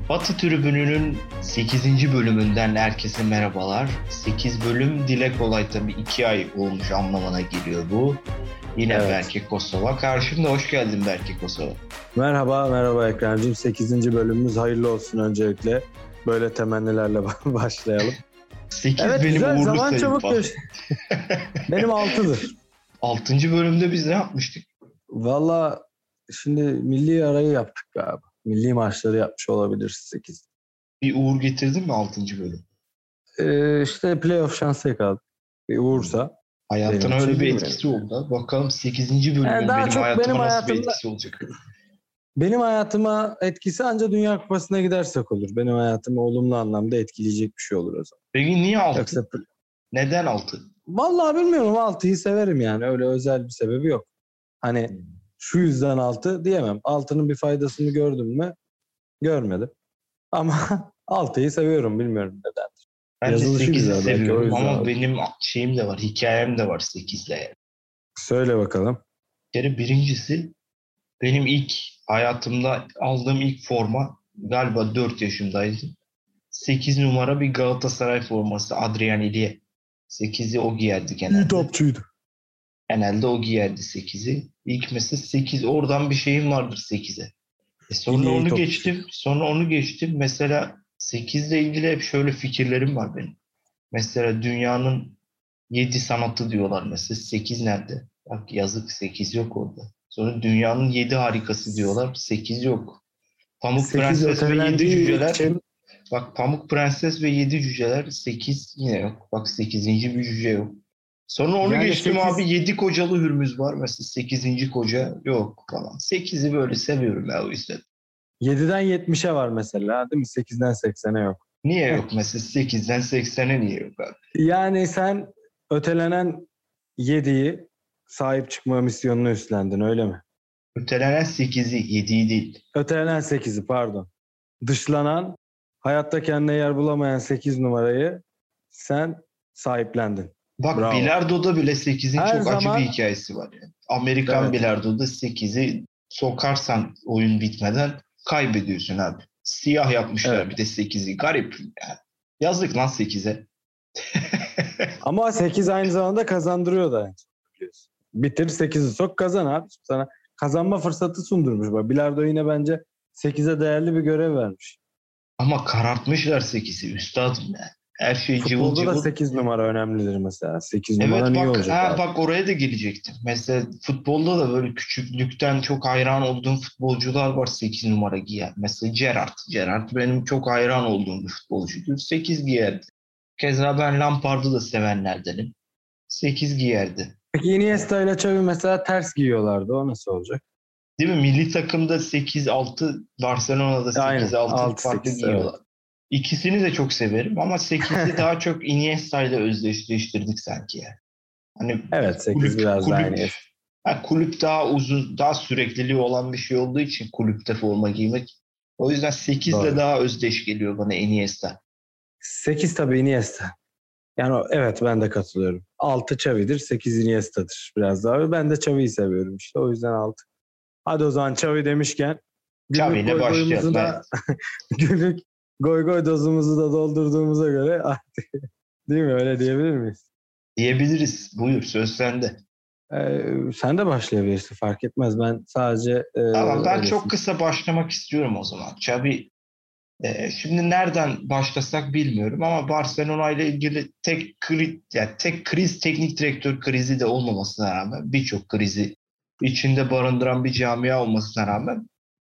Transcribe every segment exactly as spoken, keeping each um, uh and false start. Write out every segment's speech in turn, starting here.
Batı Tribünü'nün sekizinci bölümünden herkese merhabalar. sekiz bölüm dile kolay tabii iki ay olmuş anlamına geliyor bu. Yine evet. Berke Kosova. Karşımda hoş geldin Berke Kosova. Merhaba, merhaba Ekrem'cim. sekizinci bölümümüz hayırlı olsun öncelikle. Böyle temennilerle başlayalım. sekiz evet, benim güzel, uğurlu zaman sayım çabuk falan. geçti. Benim altıdır. altıncı bölümde biz ne yapmıştık? Valla şimdi milli arayı yaptık galiba. Milli maçları yapmış olabiliriz sekiz. Bir uğur getirdin mi altıncı bölüm? Ee, işte playoff şansı yakaladık. Bir uğursa. Hayatına öyle bir etkisi oldu. Bakalım sekizinci bölümün yani daha benim çok hayatıma benim nasıl hayatımda, bir etkisi olacak? Benim hayatıma etkisi ancak Dünya Kupası'na gidersek olur. Benim hayatımı olumlu anlamda etkileyecek bir şey olur o zaman. Peki niye altı? Yoksa... Neden altı? Vallahi bilmiyorum, altıyı severim yani. Öyle özel bir sebebi yok. Hani hmm. şu yüzden altı diyemem. altının bir faydasını gördüm mü? Görmedim. Ama altıyı seviyorum, bilmiyorum neden. Ben Yazılışı de sekizi güzel seviyorum belki, ama var. benim şeyim de var, hikayem de var sekizle. Söyle bakalım. Bir kere birincisi benim ilk hayatımda aldığım ilk forma galiba dört yaşındaydı. sekiz numara bir Galatasaray forması, Adrian Iliye. sekizi o giyerdi genelde. İyi topçuydu. Genelde o giyerdi sekizi. İlk mesela sekiz, oradan bir şeyim vardır sekize. E sonra İliye'yi onu topçu. geçtim. Sonra onu geçtim. Mesela sekizle ilgili hep şöyle fikirlerim var benim. Mesela dünyanın yedi sanatı diyorlar mesela. sekiz nerede? Bak yazık, sekiz yok orada. Sonra dünyanın yedi harikası diyorlar. sekiz yok. Pamuk Prenses ve yedi cüceler. Için... Bak Pamuk Prenses ve yedi cüceler, sekiz yine yok. Bak sekizinci bir cüce yok. Sonra onu yani geçtim sekiz... abi, yedi kocalı Hürmüz var. Mesela sekizinci koca yok falan. sekizi böyle seviyorum ya o yüzden. yediden yetmişe var mesela değil mi? sekizden seksene yok. Niye yok mesela sekizden seksene niye yok abi? Yani sen ötelenen yediyi sahip çıkma misyonunu üstlendin, öyle mi? Ötelenen sekizi, yediyi değil. Ötelenen sekizi pardon. Dışlanan, hayatta kendine yer bulamayan sekiz numarayı sen sahiplendin. Bak Bravo. Bilardo'da bile sekizin Her çok zaman... acı bir hikayesi var. Yani. Amerikan evet. Bilardo'da sekizi sokarsan oyun bitmeden kaybediyorsun abi. Siyah yapmışlar evet. Bir de sekizi. Garip. Yani. Yazık lan sekize. Ama sekiz aynı zamanda kazandırıyor da. Bitir sekizi sok kazan abi. Sana kazanma fırsatı sundurmuş. Bak Bilardo yine bence sekize değerli bir görev vermiş. Ama karartmışlar sekizi üstadım yani. Her şey futbolda cıvıl cıvıl. Futbolda da sekiz numara önemlidir mesela. sekiz numara evet, niye bak, olacak ha, abi? bak oraya da gelecektim. Mesela futbolda da böyle küçüklükten çok hayran olduğum futbolcular var sekiz numara giyen. Mesela Gerrard. Gerrard benim çok hayran olduğum bir futbolcuydu. sekiz giyerdi. Keza ben Lampard'ı da sevenlerdenim. sekiz giyerdi. Peki Iniesta ile Xavi mesela ters giyiyorlardı. O nasıl olacak? Değil mi? Milli takımda sekiz altı, Barcelona'da sekiz altı farklı giyiyorlar. Evet. İkisini de çok severim ama sekizi daha çok Iniesta ile özdeşleştirdik sanki yani. Hani evet, sekiz kulüp, biraz kulüp, daha Iniesta. Ha, kulüp daha uzun, daha sürekliliği olan bir şey olduğu için kulüpte forma giymek. O yüzden sekiz ile daha özdeş geliyor bana Iniesta. sekiz tabii Iniesta. Yani evet, ben de katılıyorum. altı Xavi'dir, sekiz Iniesta'dır biraz daha. Ben de Xavi'yi seviyorum işte, o yüzden altı. Hadi o zaman Xavi demişken günlük goy goyumuzu da günlük goy goy dozumuzu da doldurduğumuza göre artık değil mi, öyle diyebilir miyiz? Diyebiliriz. Buyur, söz sende. Ee, sen de başlayabilirsin, fark etmez. Ben sadece e, tamam, ben öylesin. Çok kısa başlamak istiyorum o zaman. Xavi e, şimdi nereden başlasak bilmiyorum ama Barcelona ile ilgili tek kriz, yani tek kriz teknik direktör krizi de olmamasına rağmen, birçok krizi içinde barındıran bir camia olmasına rağmen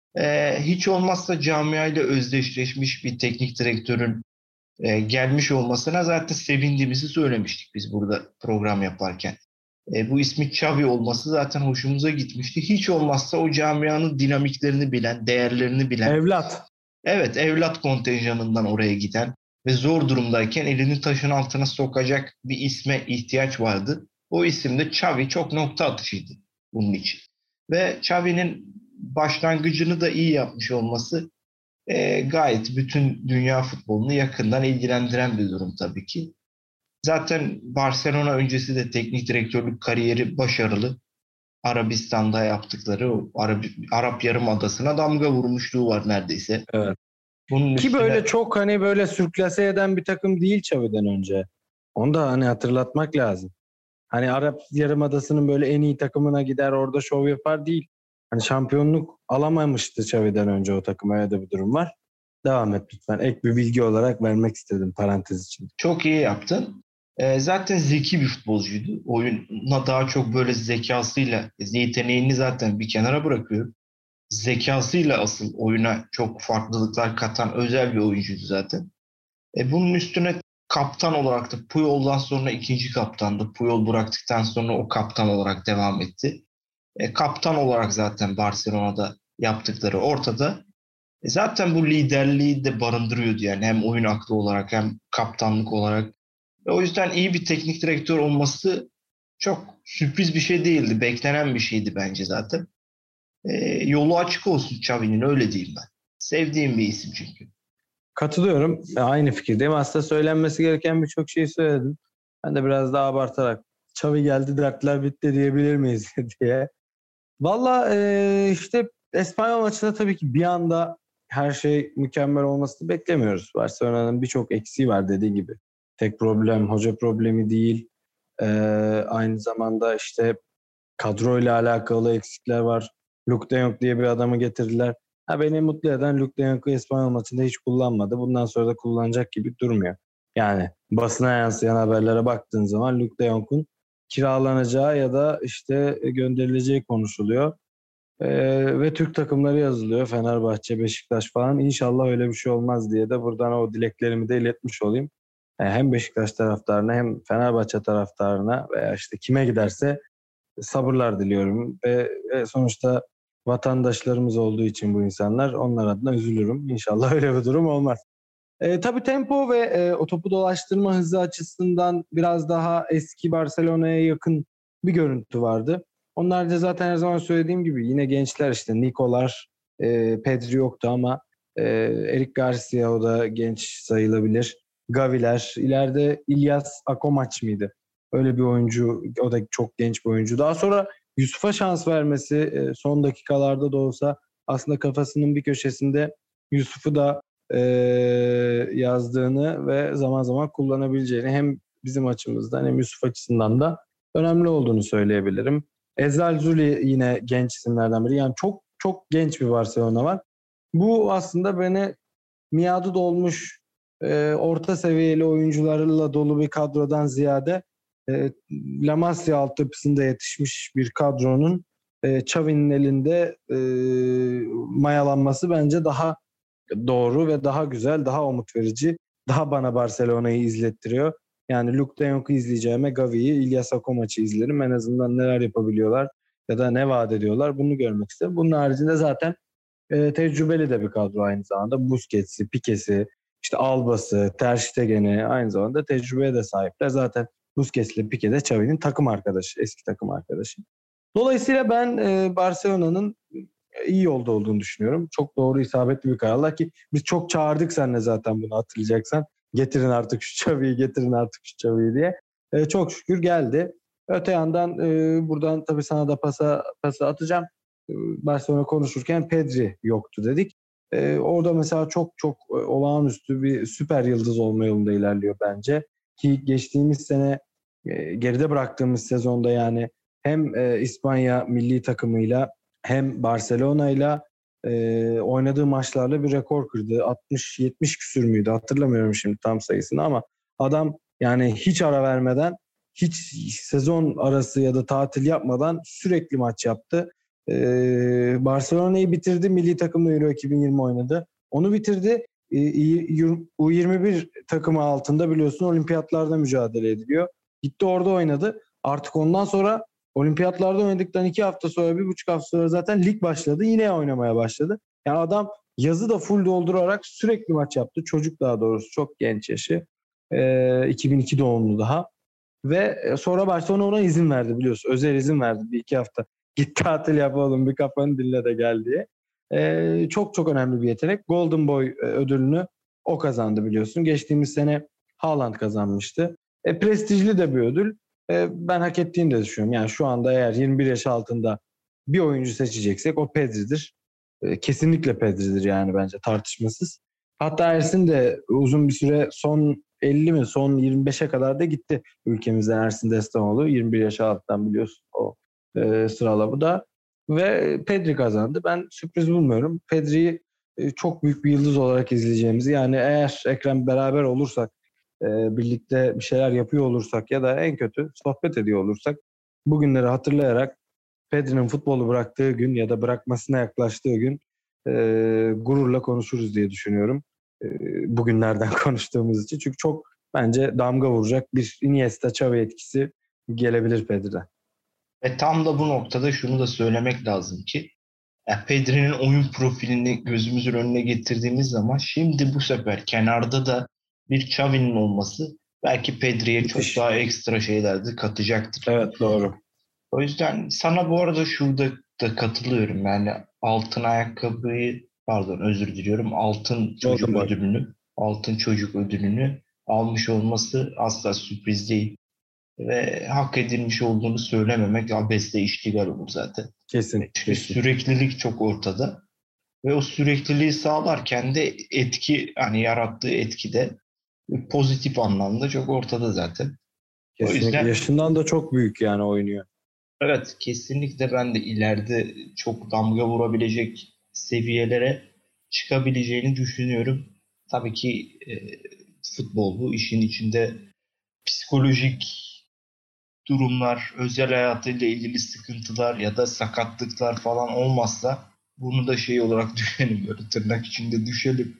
e, hiç olmazsa camia ile özdeşleşmiş bir teknik direktörün e, gelmiş olmasına zaten sevindiğimizi söylemiştik biz burada program yaparken. E, bu ismi Xavi olması zaten hoşumuza gitmişti. Hiç olmazsa o camianın dinamiklerini bilen, değerlerini bilen. Evlat. Evet, evlat kontenjanından oraya giden ve zor durumdayken elini taşın altına sokacak bir isme ihtiyaç vardı. O isim de Xavi, çok nokta atışıydı bunun için. Ve Xavi'nin başlangıcını da iyi yapmış olması e, gayet bütün dünya futbolunu yakından ilgilendiren bir durum tabii ki. Zaten Barcelona öncesi de teknik direktörlük kariyeri başarılı. Arabistan'da yaptıkları o Arap, Arap Yarımadası'na damga vurmuşluğu var neredeyse. Evet. Bunun Ki üstüne böyle çok hani böyle sürklase eden bir takım değil Xavi'den önce. Onu da hani hatırlatmak lazım. Hani Arap Yarımadası'nın böyle en iyi takımına gider orada şov yapar değil. Hani şampiyonluk alamamıştı Xavi'den önce o takım. Öyle de bir durum var. Devam et lütfen. Ek bir bilgi olarak vermek istedim parantez için. çok iyi yaptın. Ee, zaten zeki bir futbolcuydu. Oyuna daha çok böyle zekasıyla, yeteneğini zaten bir kenara bırakıyorum. Zekasıyla asıl oyuna çok farklılıklar katan özel bir oyuncuydu zaten. E bunun üstüne kaptan olarak da Puyol'dan sonra ikinci kaptandı. Puyol bıraktıktan sonra o kaptan olarak devam etti. E, kaptan olarak zaten Barcelona'da yaptıkları ortada. E, zaten bu liderliği de barındırıyordu yani hem oyun aklı olarak hem kaptanlık olarak. E, o yüzden iyi bir teknik direktör olması çok sürpriz bir şey değildi. Beklenen bir şeydi bence zaten. E, yolu açık olsun Xavi'nin, öyle diyeyim ben. Sevdiğim bir isim çünkü. Katılıyorum. E, Aynı fikirdeyim. Aslında söylenmesi gereken birçok şeyi söyledim. Ben de biraz daha abartarak Xavi geldi dertler bitti diyebilir miyiz diye. Valla e, işte İspanyol maçında tabii ki bir anda her şey mükemmel olmasını beklemiyoruz. Barcelona'nın birçok eksiği var dediği gibi. Tek problem hoca problemi değil. E, aynı zamanda işte kadroyla alakalı eksikler var. Luke de Jong diye bir adamı getirdiler. Ha, beni mutlu eden Luke de Jong'u İspanyol maçında hiç kullanmadı. Bundan sonra da kullanacak gibi durmuyor. Yani basına yansıyan haberlere baktığın zaman Luke de Jong'un kiralanacağı ya da işte gönderileceği konuşuluyor. Ee, ve Türk takımları yazılıyor. Fenerbahçe, Beşiktaş falan. İnşallah öyle bir şey olmaz diye de buradan o dileklerimi de iletmiş olayım. Yani hem Beşiktaş taraftarına hem Fenerbahçe taraftarına veya işte kime giderse sabırlar diliyorum. Ve, ve sonuçta vatandaşlarımız olduğu için bu insanlar, onlar adına üzülürüm. İnşallah öyle bir durum olmaz. E, tabii tempo ve e, o topu dolaştırma hızı açısından biraz daha eski Barcelona'ya yakın bir görüntü vardı. Onlar da zaten her zaman söylediğim gibi yine gençler işte Nikolar, e, Pedri yoktu ama e, Eric Garcia o da genç sayılabilir. Gaviler, ileride İlyas Akomaç mıydı? Öyle bir oyuncu, o da çok genç bir oyuncu. Daha sonra Yusuf'a şans vermesi e, son dakikalarda da olsa aslında kafasının bir köşesinde Yusuf'u da e, yazdığını ve zaman zaman kullanabileceğini hem bizim açımızdan hem Yusuf açısından da önemli olduğunu söyleyebilirim. Ezel Zuli yine genç isimlerden biri. Yani çok çok genç bir Barcelona var. Bu aslında beni miadı dolmuş e, orta seviyeli oyuncularla dolu bir kadrodan ziyade e, La Masia altyapısında yetişmiş bir kadronun e, Xavi'nin elinde e, mayalanması bence daha doğru ve daha güzel, daha umut verici, daha bana Barcelona'yı izlettiriyor. Yani Luke de Jong'u izleyeceğime Gavi'yi, İlyas Akomaç'ı izlerim. En azından neler yapabiliyorlar ya da ne vaat ediyorlar bunu görmek isterim. Bunun haricinde zaten e, tecrübeli de bir kadro aynı zamanda. Busquets'i, Pique'si, işte Alba'sı, Ter Stegen'i aynı zamanda tecrübeye de sahipler. Zaten Busquets ile Pique de Xavi'nin takım arkadaşı, eski takım arkadaşı. Dolayısıyla ben e, Barcelona'nın iyi yolda olduğunu düşünüyorum. Çok doğru, isabetli bir kararlar ki biz çok çağırdık seninle zaten bunu hatırlayacaksan. Getirin artık şu Xavi'yi, getirin artık şu Xavi'yi diye. E, çok şükür geldi. Öte yandan e, buradan tabii sana da pasa, pasa atacağım. E, Barcelona konuşurken Pedri yoktu dedik. E, orada mesela çok çok e, olağanüstü bir süper yıldız olma yolunda ilerliyor bence. Ki geçtiğimiz sene e, geride bıraktığımız sezonda yani hem e, İspanya milli takımıyla hem Barcelona'yla e, oynadığı maçlarla bir rekor kırdı. altmış yetmiş küsür müydü hatırlamıyorum şimdi tam sayısını ama adam yani hiç ara vermeden, hiç sezon arası ya da tatil yapmadan sürekli maç yaptı. E, Barcelona'yı bitirdi. Milli takımla Euro iki bin yirmi oynadı. Onu bitirdi. E, U yirmi bir takımı altında biliyorsun olimpiyatlarda mücadele ediliyor. Gitti orada oynadı. Artık ondan sonra olimpiyatlarda oynadıktan iki hafta sonra, bir buçuk hafta sonra zaten lig başladı. Yine oynamaya başladı. Yani adam yazı da full doldurarak sürekli maç yaptı. Çocuk daha doğrusu çok genç yaşı. Ee, iki bin iki doğumlu daha. Ve sonra Barcelona ona izin verdi biliyorsun. Özel izin verdi bir iki hafta. Git tatil yap oğlum, bir kafanı dinle de gel diye. Ee, çok çok önemli bir yetenek. Golden Boy ödülünü o kazandı biliyorsun. Geçtiğimiz sene Haaland kazanmıştı. E, prestijli de bir ödül. E, ben hak ettiğini de düşünüyorum. Yani şu anda eğer yirmi bir yaş altında bir oyuncu seçeceksek o Pedri'dir. E, kesinlikle Pedri'dir yani bence tartışmasız. Hatta Ersin de uzun bir süre son elli mi son yirmi beşe kadar da gitti ülkemizden Ersin Destanoğlu. yirmi bir yaş alttan biliyorsun o e, sıralama da. Ve Pedri kazandı. Ben sürpriz bulmuyorum. Pedri'yi e, çok büyük bir yıldız olarak izleyeceğimizi, yani eğer Ekrem beraber olursak, e, birlikte bir şeyler yapıyor olursak ya da en kötü sohbet ediyor olursak, bugünleri hatırlayarak Pedri'nin futbolu bıraktığı gün ya da bırakmasına yaklaştığı gün e, gururla konuşuruz diye düşünüyorum. E, bugünlerden konuştuğumuz için. Çünkü çok bence damga vuracak bir Iniesta, Xavi etkisi gelebilir Pedri'den. Ve tam da bu noktada şunu da söylemek lazım ki ya Pedri'nin oyun profilini gözümüzün önüne getirdiğimiz zaman şimdi bu sefer kenarda da bir Xavi'nin olması belki Pedri'ye çok Müthiş. daha ekstra şeyler de katacaktır. Evet, doğru. O yüzden sana bu arada şurada da katılıyorum. Yani altın ayakkabıyı, pardon özür diliyorum, altın çocuk Golden Boy. ödülünü, altın çocuk ödülünü almış olması asla sürpriz değil. Ve hak edilmiş olduğunu söylememek abesle iştigal olur zaten. Kesin. Çünkü kesin. süreklilik çok ortada. Ve o sürekliliği sağlarken de etki, hani yarattığı etki de pozitif anlamda çok ortada zaten. Kesinlikle. O yüzden Yaşından da çok büyük yani oynuyor. evet, kesinlikle ben de ileride çok damga vurabilecek seviyelere çıkabileceğini düşünüyorum. Tabii ki e, futbol bu. İşin içinde psikolojik durumlar, özel hayatıyla ilgili sıkıntılar ya da sakatlıklar falan olmazsa bunu da şey olarak düşünelim, böyle tırnak içinde düşelim.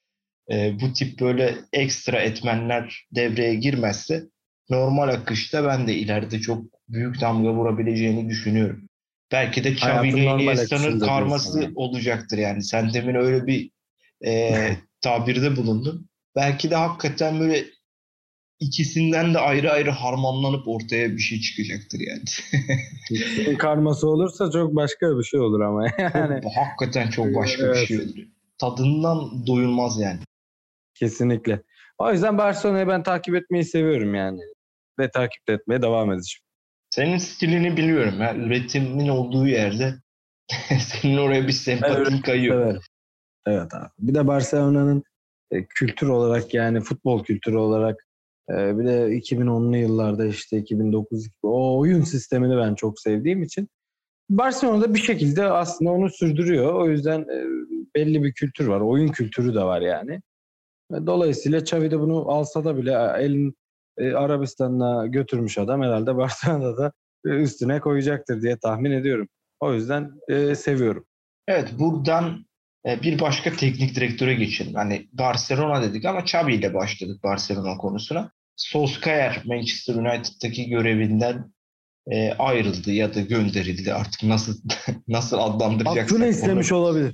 E, bu tip böyle ekstra etmenler devreye girmezse normal akışta ben de ileride çok büyük damga vurabileceğini düşünüyorum. Belki de Xavi Hayatın ile normal Iniesta'nın akışında diyorsun karması yani. olacaktır yani. Sen demin öyle bir e, tabirde bulundun. Belki de hakikaten böyle ikisinden de ayrı ayrı harmanlanıp ortaya bir şey çıkacaktır yani. İkisinin karması olursa çok başka bir şey olur ama yani. Çok hakikaten çok başka bir Evet, şey olur. Tadından doyulmaz yani. kesinlikle. O yüzden Barcelona'yı ben takip etmeyi seviyorum yani. Ve takip etmeye devam edeceğim. Senin stilini biliyorum ya. Üretimin olduğu yerde senin oraya bir Ben sempatin üretmeyi kayıyor. severim. Evet abi. Bir de Barcelona'nın e, kültür olarak, yani futbol kültürü olarak, e, bir de iki bin onlu yıllarda işte iki bin dokuz o oyun sistemini ben çok sevdiğim için Barcelona'da bir şekilde aslında onu sürdürüyor. O yüzden e, belli bir kültür var. Oyun kültürü de var yani. Ve dolayısıyla Xavi de bunu alsa da bile e, elin e, Arabistan'a götürmüş adam, herhalde Barcelona'da da e, üstüne koyacaktır diye tahmin ediyorum. O yüzden e, seviyorum. Evet, buradan e, bir başka teknik direktöre geçelim. Hani Barcelona dedik ama Xavi ile başladık Barcelona konusuna. Solskjaer Manchester United'daki görevinden e, ayrıldı ya da gönderildi. Artık nasıl nasıl Affını adlandıracaksak onu. istemiş olabilir.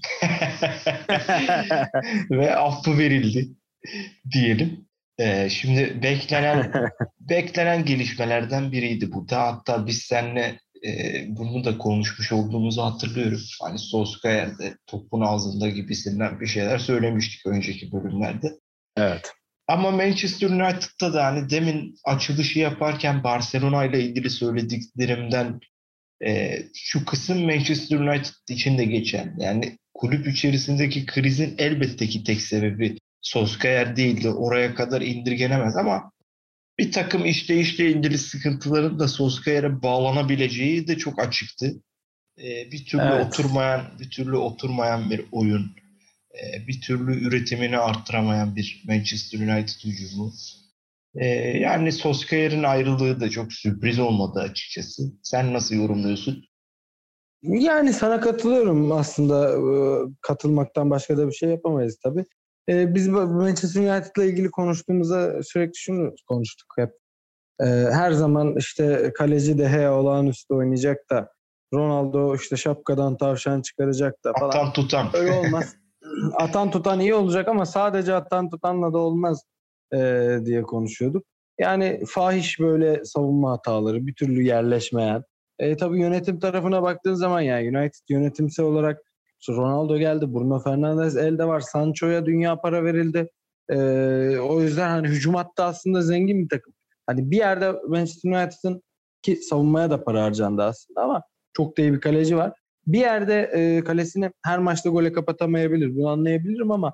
Ve affı verildi diyelim. E, şimdi beklenen beklenen gelişmelerden biriydi bu da. Hatta biz seninle e, bunu da konuşmuş olduğumuzu hatırlıyorum. Hani Solskjaer de topun ağzında gibisinden bir şeyler söylemiştik önceki bölümlerde. Evet. Ama Manchester United'da da hani demin açılışı yaparken Barcelona ile ilgili söylediklerimden e, şu kısım Manchester United için de geçen. Yani kulüp içerisindeki krizin elbette ki tek sebebi Solskjaer değildi. Oraya kadar indirgenemez ama bir takım işleyişle ilgili sıkıntıların da Solskjaer'e bağlanabileceği de çok açıktı. Ee, bir türlü Evet. oturmayan, bir türlü oturmayan bir oyun, ee, bir türlü üretimini arttıramayan bir Manchester United hücumu. Ee, yani Solskjaer'in ayrılığı da çok sürpriz olmadı açıkçası. Sen nasıl yorumluyorsun? Yani sana katılıyorum aslında. Ee, Katılmaktan başka da bir şey yapamayız tabii. Ee, Biz Manchester United'la ilgili konuştuğumuzda sürekli şunu konuştuk hep. Ee, Her zaman işte kaleci De Gea olağanüstü oynayacak da Ronaldo işte şapkadan tavşan çıkaracak da falan. Atan tutan. Öyle olmaz. Atan tutan iyi olacak ama sadece atan tutanla da olmaz ee, diye konuşuyorduk. Yani fahiş böyle savunma hataları, bir türlü yerleşmeyen. E, tabii yönetim tarafına baktığın zaman, yani United yönetimsel olarak işte Ronaldo geldi, Bruno Fernandes elde var, Sancho'ya dünya para verildi. E, o yüzden hani hücum hattı aslında zengin bir takım. Hani bir yerde Manchester United'ın, ki savunmaya da para harcandı aslında, ama çok da iyi bir kaleci var. Bir yerde e, kalesini her maçta gole kapatamayabilir. Bunu anlayabilirim ama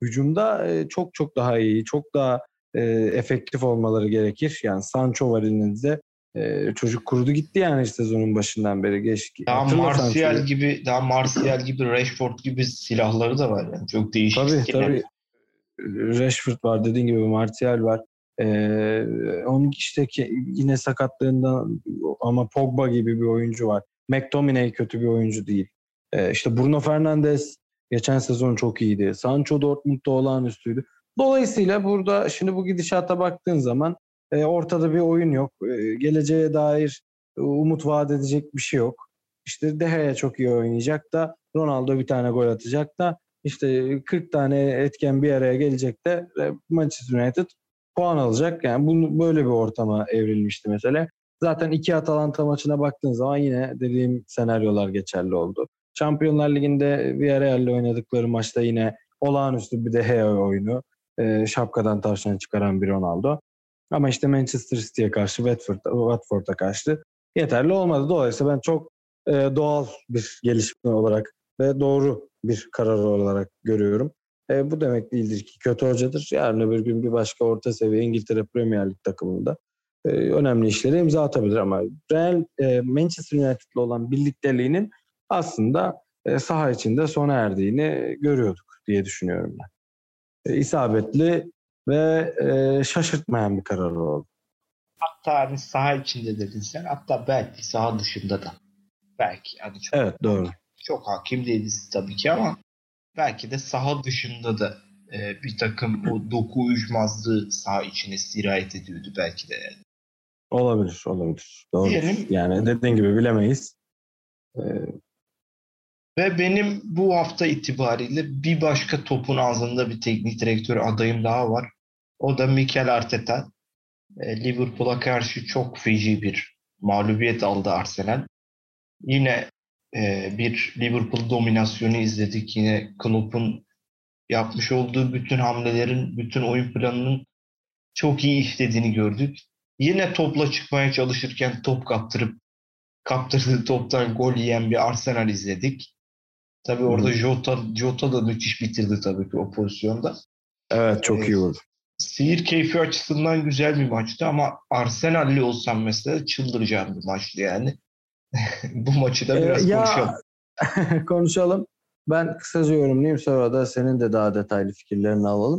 hücumda e, çok çok daha iyi, çok daha e, efektif olmaları gerekir. Yani Sancho var elinizde. E, çocuk kurudu gitti yani işte sezonun başından beri. Geç, Daha hatırla Martial Sancho'yu. gibi, daha Martial gibi, Rashford gibi silahları da var yani. Çok değişik Tabii skill'ler. tabii. Rashford var, dediğin gibi Martial var. Ee, onun işte ki, yine sakatlığından ama Pogba gibi bir oyuncu var. McTominay kötü bir oyuncu değil. Ee, işte Bruno Fernandes geçen sezon çok iyiydi. Sancho Dortmund'da olağanüstüydü. Dolayısıyla burada şimdi bu gidişata baktığın zaman e, ortada bir oyun yok. E, geleceğe dair e, umut vaat edecek bir şey yok. İşte De Gea çok iyi oynayacak da Ronaldo bir tane gol atacak da işte kırk tane etken bir araya gelecek de Manchester United puan alacak. Yani bu böyle bir ortama evrilmişti mesela. Zaten iki Atalanta maçına baktığın zaman yine dediğim senaryolar geçerli oldu. Şampiyonlar Ligi'nde Villarreal'le oynadıkları maçta yine olağanüstü bir De Gea oyunu. E, şapkadan tavşan çıkaran bir Ronaldo. Ama işte Manchester City'ye karşı, Watford, Watford'a karşı yeterli olmadı. Dolayısıyla ben çok e, doğal bir gelişme olarak ve doğru bir karar olarak görüyorum. E, bu demek değildir ki kötü hocadır. Yarın öbür gün bir başka orta seviye İngiltere Premier Lig takımında e, önemli işlere imza atabilir ama Real e, Manchester United'la olan birlikteliğinin aslında e, saha içinde sona erdiğini görüyorduk diye düşünüyorum ben. E, isabetli ve e, şaşırtmayan bir karar oldu. Hatta hani saha içinde dedin sen. Hatta belki saha dışında da. Belki hani çok, Evet, doğru. çok hakim değiliz tabii ki ama belki de saha dışında da e, bir takım o doku uyuşmazlığı saha içine sirayet ediyordu belki de. Yani. Olabilir, olabilir. Doğrudur. Diyelim Yani dediğin gibi bilemeyiz. E, ve benim bu hafta itibariyle bir başka topun ağzında bir teknik direktör adayım daha var. O da Mikel Arteta. E, Liverpool'a karşı çok feci bir mağlubiyet aldı Arsenal. Yine e, bir Liverpool dominasyonu izledik. Yine Klopp'un yapmış olduğu bütün hamlelerin, bütün oyun planının çok iyi işlediğini gördük. Yine topla çıkmaya çalışırken top kaptırıp kaptırdığı toptan gol yiyen bir Arsenal izledik. Tabii orada Jota, Jota da müthiş bitirdi tabii ki o pozisyonda. evet, çok E, iyi oldu. Seyir keyfi açısından güzel bir maçtı ama Arsenal'li olsam mesela çıldıracağım bir maçtı yani. Bu maçı da Ee, biraz ya konuşalım. konuşalım. Ben kısaca yorumlayayım, sonra da senin de daha detaylı fikirlerini alalım.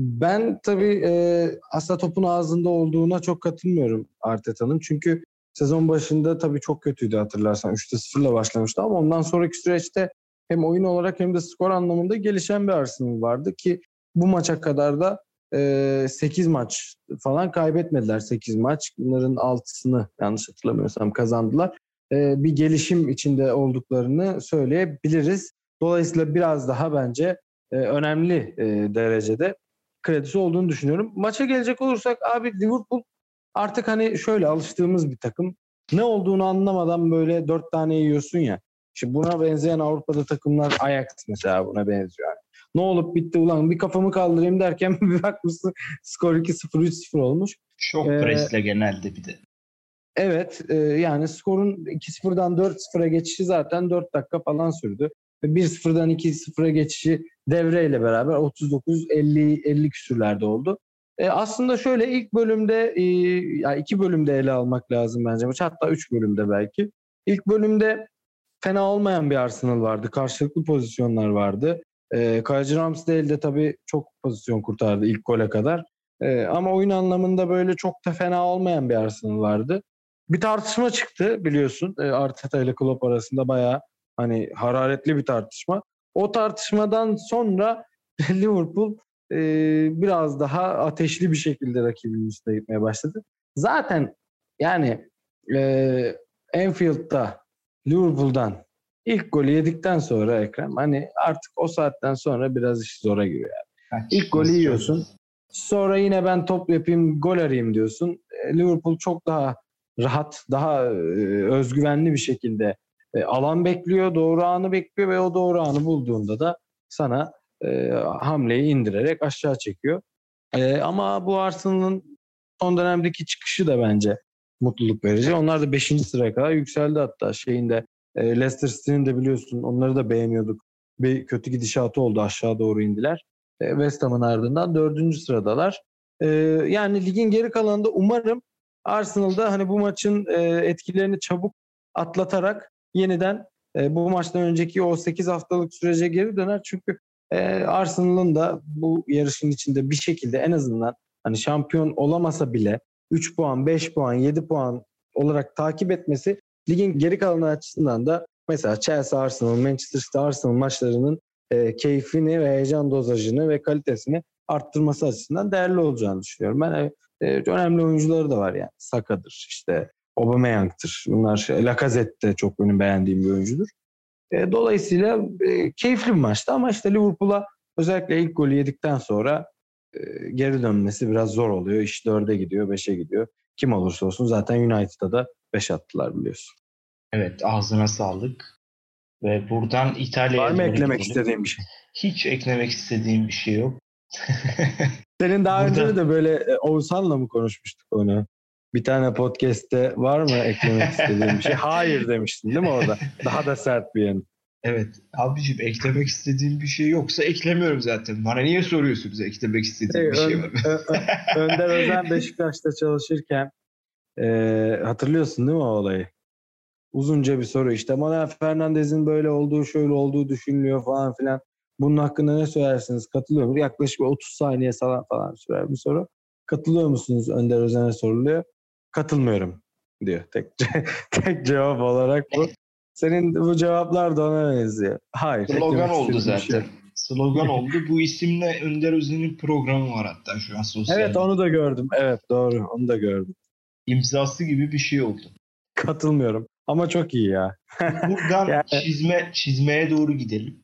Ben tabii e, aslında topun ağzında olduğuna çok katılmıyorum Arteta'nın. Çünkü sezon başında tabii çok kötüydü, hatırlarsan. üçte sıfırla başlamıştı ama ondan sonraki süreçte hem oyun olarak hem de skor anlamında gelişen bir Arsenal vardı ki bu maça kadar da e, sekiz maç falan kaybetmediler. sekiz maç. Bunların altısını yanlış hatırlamıyorsam kazandılar. E, bir gelişim içinde olduklarını söyleyebiliriz. Dolayısıyla biraz daha bence e, önemli e, derecede kredisi olduğunu düşünüyorum. Maça gelecek olursak abi, Liverpool artık hani şöyle alıştığımız bir takım. Ne olduğunu anlamadan böyle dört tane yiyorsun ya. Şimdi buna benzeyen Avrupa'da takımlar, Ajax mesela buna benziyor. Yani. Ne olup bitti ulan, bir kafamı kaldırayım derken bir bakmışsın skor iki sıfır üç sıfır olmuş. Çok Ee, presle genelde bir de. Evet, e, yani skorun iki sıfırdan dört sıfıra geçişi zaten dört dakika falan sürdü. Ve bir sıfırdan iki sıfıra geçişi devreyle beraber otuz dokuz elli elli küsürlerde oldu. E, aslında şöyle ilk bölümde, e, yani iki bölümde ele almak lazım bence maç. Hatta üç bölümde belki. İlk bölümde fena olmayan bir Arsenal vardı. Karşılıklı pozisyonlar vardı. E, Kyle Ramsdale de tabii çok pozisyon kurtardı ilk gole kadar. E, ama oyun anlamında böyle çok da fena olmayan bir Arsenal vardı. Bir tartışma çıktı biliyorsun. E, Arteta ile Klopp arasında bayağı hani hararetli bir tartışma. O tartışmadan sonra Liverpool e, biraz daha ateşli bir şekilde rakibinin üstüne gitmeye başladı. Zaten yani e, Anfield'da Liverpool'dan ilk golü yedikten sonra Ekrem, hani artık o saatten sonra biraz iş zora giriyor. Yani. İlk golü Açıkçası çok yiyorsun. Sonra yine ben top yapayım, gol arayayım diyorsun. E, Liverpool çok daha rahat, daha e, özgüvenli bir şekilde e, alan bekliyor, doğru anı bekliyor ve o doğru anı bulduğunda da sana e, hamleyi indirerek aşağı çekiyor. E, ama bu Arsenal'ın son dönemdeki çıkışı da bence mutluluk verici. Onlar da beşinci sıraya kadar yükseldi hatta şeyinde. E, Leicester City'nin de biliyorsun, onları da beğeniyorduk. Bir kötü gidişatı oldu, aşağı doğru indiler. E, West Ham'ın ardından dördüncü sıradalar. E, yani ligin geri kalanında umarım Arsenal'da hani bu maçın e, etkilerini çabuk atlatarak yeniden e, bu maçtan önceki o sekiz haftalık sürece geri döner. Çünkü e, Arsenal'ın da bu yarışın içinde bir şekilde en azından hani şampiyon olamasa bile üç puan, beş puan, yedi puan olarak takip etmesi ligin geri kalanı açısından da mesela Chelsea, Arsenal, Manchester City, Arsenal maçlarının e, keyfini ve heyecan dozajını ve kalitesini arttırması açısından değerli olacağını düşünüyorum. Ben e, e, önemli oyuncuları da var yani. Saka'dır, işte Aubameyang'tır. Bunlar şey, Lacazette de çok benim beğendiğim bir oyuncudur. E, dolayısıyla e, keyifli bir maçtı ama işte Liverpool'a özellikle ilk golü yedikten sonra e, geri dönmesi biraz zor oluyor. İş dörde gidiyor, beşe gidiyor. Kim olursa olsun zaten United'a da beş attılar biliyorsun. Evet, ağzına sağlık. Ve buradan Var İtalya'ya mı doğru eklemek gidelim. istediğin bir şey? Hiç eklemek istediğim bir şey yok. Senin daha Burada... önce de böyle e, Oğuzhan'la mı konuşmuştuk onu? Bir tane podcast'te var mı eklemek istediğin bir şey? Hayır demiştin değil mi orada? Daha da sert bir yanı. Evet. Abicim eklemek istediğim bir şey yoksa eklemiyorum zaten. Bana niye soruyorsunuz eklemek istediğim bir şey var? Ö- Ö- Önder Özen Beşiktaş'ta çalışırken e, hatırlıyorsun değil mi o olayı? Uzunca bir soru işte Manuel Fernandez'in böyle olduğu şöyle olduğu düşünülüyor falan filan. Bunun hakkında ne söylersiniz? Katılıyor musunuz? Yaklaşık otuz saniye falan falan sürer bir soru. Katılıyor musunuz? Önder Özen'e soruluyor. Katılmıyorum diyor. Tek, tek cevap olarak bu. Senin bu cevaplar da ona benziyor. Hayır. Slogan oldu zaten. Şey. Slogan oldu. Bu isimle Önder Özen'in programı var hatta şu an sosyal. Evet onu da gördüm. Evet doğru onu da gördüm. İmzası gibi bir şey oldu. Katılmıyorum. Ama çok iyi ya. Buradan yani... çizme çizmeye doğru gidelim.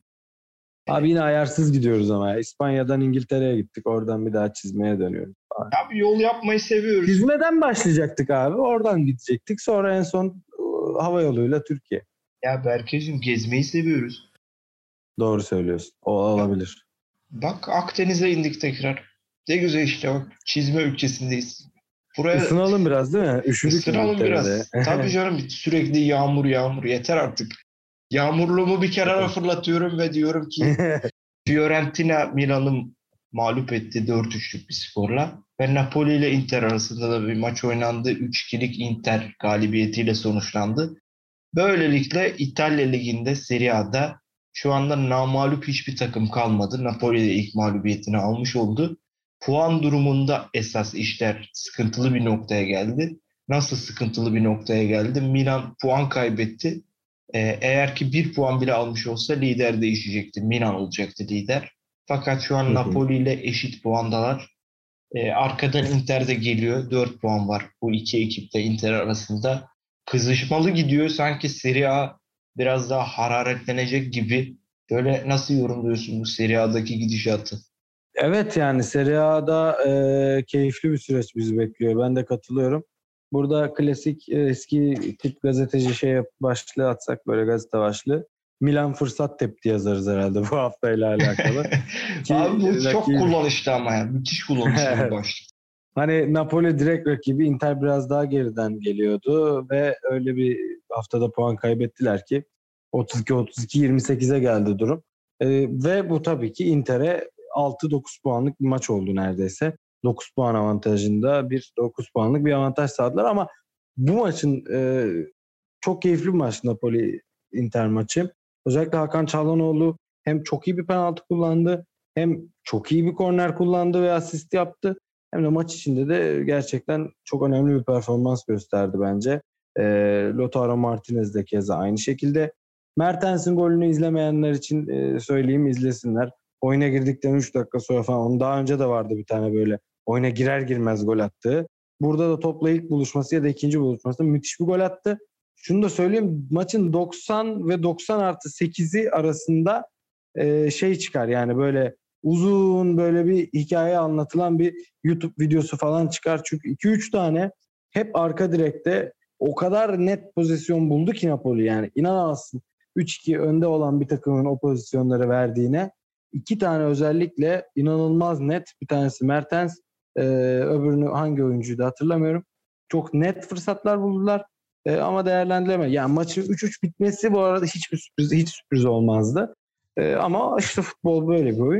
Abi yine ayarsız gidiyoruz ama ya. İspanya'dan İngiltere'ye gittik. Oradan bir daha çizmeye dönüyoruz. Abi yol yapmayı seviyoruz. Çizmeden başlayacaktık abi. Oradan gidecektik. Sonra en son hava yoluyla Türkiye. Ya Berkeciğim gezmeyi seviyoruz. Doğru söylüyorsun. O olabilir. Bak Akdeniz'e indik tekrar. Ne güzel işte bak. Çizme ülkesindeyiz. Buraya Isınalım biraz değil mi? Üşüdük Isınalım biraz. Tabii canım sürekli yağmur yağmur yeter artık. Yağmurluğumu bir kenara fırlatıyorum ve diyorum ki Fiorentina Milan'ı mağlup etti dört üçlük bir skorla. Ve Napoli ile Inter arasında da bir maç oynandı. üç ikilik Inter galibiyetiyle sonuçlandı. Böylelikle İtalya Ligi'nde Serie A'da şu anda namağlup hiçbir takım kalmadı. Napoli de ilk mağlubiyetini almış oldu. Puan durumunda esas işler sıkıntılı bir noktaya geldi. Nasıl sıkıntılı bir noktaya geldi? Milan puan kaybetti. Ee, eğer ki bir puan bile almış olsa lider değişecekti. Milan olacaktı lider. Fakat şu an Napoli ile eşit puandalar. Ee, arkadan Inter de geliyor. dört puan var bu iki ekipte Inter arasında. Kızışmalı gidiyor. Sanki Serie A biraz daha hararetlenecek gibi. Böyle nasıl yorumluyorsun bu Serie A'daki gidişatı? Evet yani Serie A'da e, keyifli bir süreç bizi bekliyor. Ben de katılıyorum. Burada klasik eski tip gazeteci şey başlığı atsak böyle gazete başlığı. Milan fırsat tepti yazarız herhalde bu haftayla alakalı. Ki, Abi bu rakibi... çok kullanışlı ama ya. Müthiş kullanışlı bir başlık. Hani Napoli direkt rakibi, Inter biraz daha geriden geliyordu ve öyle bir haftada puan kaybettiler ki otuz iki otuz iki yirmi sekize geldi durum. Ee, ve bu tabii ki Inter'e altı dokuz puanlık bir maç oldu neredeyse. dokuz puan avantajında bir dokuz puanlık bir avantaj sağladılar ama bu maçın e, çok keyifli bir maç Napoli Inter maçı. Özellikle Hakan Çalhanoğlu hem çok iyi bir penaltı kullandı hem çok iyi bir korner kullandı ve asist yaptı. Hem de maç içinde de gerçekten çok önemli bir performans gösterdi bence. E, Lautaro Martinez de keza aynı şekilde. Mertens'in golünü izlemeyenler için e, söyleyeyim izlesinler. Oyuna girdikten üç dakika sonra falan onun daha önce de vardı bir tane böyle oyuna girer girmez gol attığı. Burada da topla ilk buluşması ya da ikinci buluşması müthiş bir gol attı. Şunu da söyleyeyim maçın doksan ve doksan artı sekizi arasında e, şey çıkar yani böyle uzun böyle bir hikaye anlatılan bir YouTube videosu falan çıkar. Çünkü iki üç tane hep arka direkte o kadar net pozisyon buldu ki Napoli yani inanamazsın. üç iki önde olan bir takımın o pozisyonları verdiğine iki tane özellikle inanılmaz net bir tanesi Mertens e, öbürünü hangi oyuncuydu hatırlamıyorum. Çok net fırsatlar buldular e, ama değerlendiremedi. Yani maçın üç üç bitmesi bu arada hiçbir sürpriz, hiç sürpriz olmazdı. E, ama işte futbol böyle bir oyun.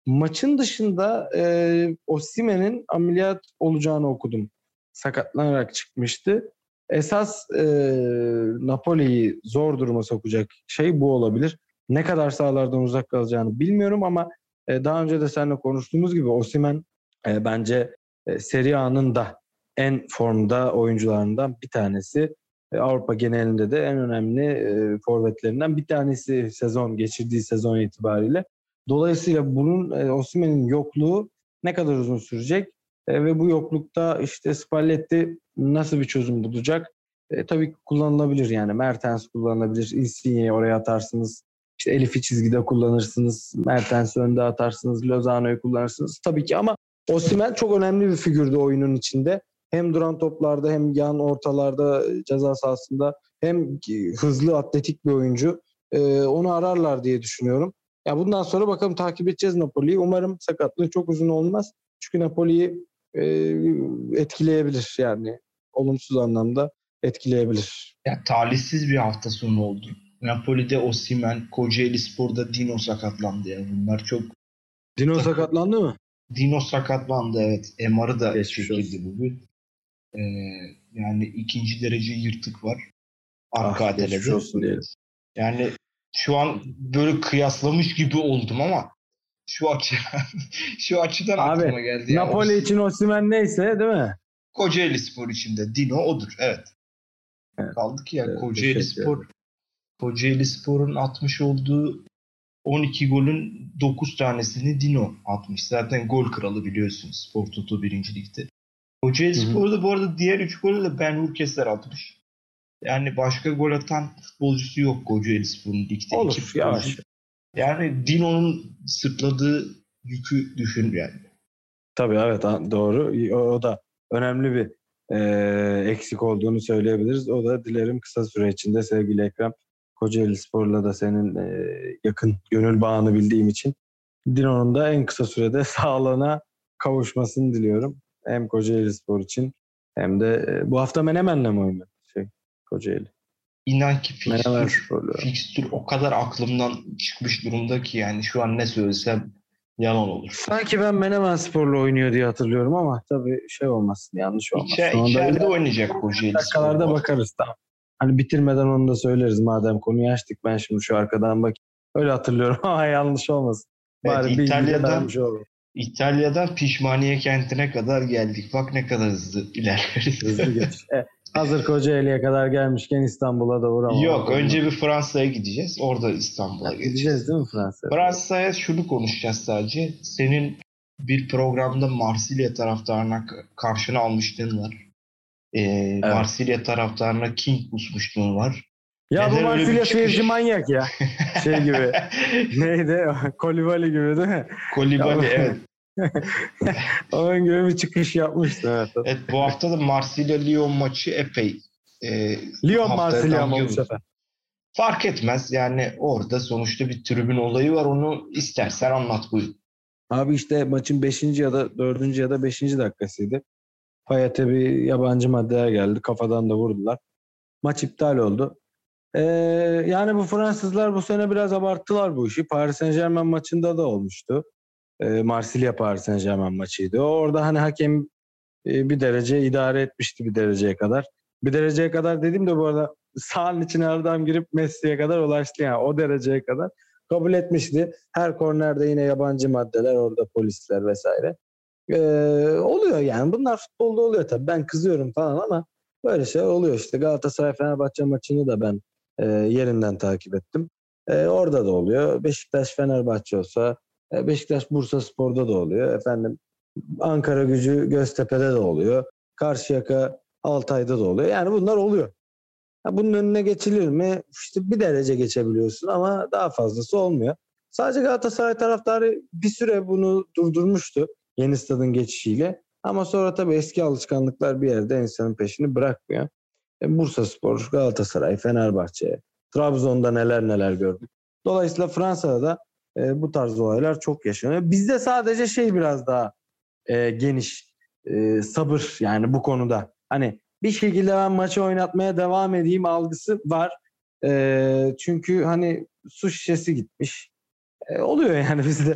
Maçın dışında e, Osimhen'in ameliyat olacağını okudum. Sakatlanarak çıkmıştı. Esas e, Napoli'yi zor duruma sokacak şey bu olabilir. Ne kadar sahalardan uzak kalacağını bilmiyorum ama e, daha önce de seninle konuştuğumuz gibi Osimhen e, bence e, Serie A'nın da en formda oyuncularından bir tanesi. E, Avrupa genelinde de en önemli e, forvetlerinden bir tanesi sezon geçirdiği sezon itibariyle. Dolayısıyla bunun e, Osimhen'in yokluğu ne kadar uzun sürecek e, ve bu yoklukta işte Spalletti nasıl bir çözüm bulacak? E, tabii ki kullanılabilir yani. Mertens kullanılabilir. Insigne'yi oraya atarsınız. İşte Elif'i çizgide kullanırsınız. Mertens'i önde atarsınız. Lozano'yu kullanırsınız. Tabii ki ama Osimhen çok önemli bir figürdü oyunun içinde. Hem duran toplarda hem yan ortalarda ceza sahasında hem hızlı atletik bir oyuncu. E, onu ararlar diye düşünüyorum. Ya bundan sonra bakalım takip edeceğiz Napoli'yi. Umarım sakatlığı çok uzun olmaz. Çünkü Napoli'yi e, etkileyebilir yani. Olumsuz anlamda etkileyebilir. Ya talihsiz bir hafta sonu oldu. Napoli'de Osimhen, Kocaelispor'da Dino sakatlandı ya. Bunlar çok... Dino sakatlandı mı? Dino sakatlandı evet. M R'ı da Geçmiş çekildi olsun. bugün. Ee, yani ikinci derece yırtık var. Arka Ah, atelede. geçmiş olsun diyelim. Yani şu an böyle kıyaslamış gibi oldum ama şu açıdan şu açıdan Abi, aklıma geldi. Ya. Napoli O, için Osimhen neyse değil mi? Kocaelispor için de Dino odur. Evet. Evet. Kaldı ki ya Evet, Kocaelispor Kocaelispor'un atmış olduğu on iki golün dokuz tanesini Dino atmış. Zaten gol kralı biliyorsunuz Spor Toto birinci Lig'de. Kocaelispor'da bu arada diğer üç golü de Ben Hurkesler atmış. Yani başka gol atan futbolcusu yok Kocaelispor'un ligde. Olur, iki futbolcu. yavaş. Yani Dino'nun sırtladığı yükü düşün yani. Tabii evet doğru. O, o da önemli bir e, eksik olduğunu söyleyebiliriz. O da dilerim kısa süre içinde sevgili Ekrem Kocaelispor'la da senin e, yakın gönül bağını bildiğim için Dino'nun da en kısa sürede sağlığına kavuşmasını diliyorum. Hem Kocaelispor için hem de e, bu hafta Menemen'le mi oynuyor şey, Kocaeli? İnan ki Menemen fikstür, Spor'la. fikstür o kadar aklımdan çıkmış durumda ki yani şu an ne söylesem yalan olur. Sanki ben Menemen Spor'la oynuyor diye hatırlıyorum ama tabii şey olmasın, yanlış olmasın. İçer, Şu anda içeride iler- oynayacak Kocaeli dakikalarda Spor. bakarız tamam. Hani bitirmeden onu da söyleriz madem konuyu açtık. Ben şimdi şu arkadan bak. Öyle hatırlıyorum ama yanlış olmasın. Evet, Bari bilgi de İtalya'dan vermiş olalım. İtalya'dan Pişmaniye kentine kadar geldik. Bak ne kadar hızlı ilerleriz. Hızlı geç. E, hazır Kocaeli'ye kadar gelmişken İstanbul'a da uğramamak Yok, olmaz. önce bir Fransa'ya gideceğiz. Orada İstanbul'a Gideceğiz geçeceğiz. değil mi Fransa'ya? Fransa'ya şunu konuşacağız sadece. Senin bir programda Marsilya taraftarına karşına almışlığın var. Ee, evet. Marsilya taraftarına King kusmuşluğun var. Ya Neden bu öyle bir Marsilya çıkış- seyirci manyak ya. Şey gibi. Neydi? Kolibali gibi değil mi? Kolibali evet. Onun gibi bir çıkış yapmıştı. Evet. Evet, bu hafta da Marsilya-Lyon maçı epey e, Lyon haftaya Marsilya ama bu damga sefer. fark etmez. Yani orada sonuçta bir tribün olayı var. Onu istersen anlat buyur. Abi işte maçın beşinci ya da dördüncü ya da beşinci dakikasıydı. Payet'e bir yabancı maddeler geldi. Kafadan da vurdular. Maç iptal oldu. Ee, yani bu Fransızlar bu sene biraz abarttılar bu işi. Paris Saint-Germain maçında da olmuştu. Ee, Marsilya Paris Saint-Germain maçıydı. Orada hani hakem e, bir derece idare etmişti bir dereceye kadar. Bir dereceye kadar dediğim de bu arada sahanın içine adam girip Messi'ye kadar ulaştı yani o dereceye kadar. Kabul etmişti. Her kornerde yine yabancı maddeler, orada polisler vesaire. Ee, oluyor yani. Bunlar futbolda oluyor tabii. Ben kızıyorum falan ama böyle şey oluyor işte. Galatasaray-Fenerbahçe maçını da ben e, yerinden takip ettim. E, orada da oluyor. Beşiktaş-Fenerbahçe olsa e, Beşiktaş-Bursaspor'da da oluyor. Efendim Ankara Gücü Göztepe'de de oluyor. Karşıyaka Altay'da da oluyor. Yani bunlar oluyor. Ha, bunun önüne geçilir mi? İşte bir derece geçebiliyorsun ama daha fazlası olmuyor. Sadece Galatasaray taraftarı bir süre bunu durdurmuştu yeni stadın geçişiyle. Ama sonra tabii eski alışkanlıklar bir yerde insanın peşini bırakmıyor. E, Bursaspor, Galatasaray, Fenerbahçe, Trabzon'da neler neler gördük. Dolayısıyla Fransa'da da e, bu tarz olaylar çok yaşanıyor. Bizde sadece şey biraz daha e, geniş e, sabır yani bu konuda. Hani bir şekilde ben maçı oynatmaya devam edeyim algısı var. E, çünkü hani su şişesi gitmiş. E, oluyor yani bizde.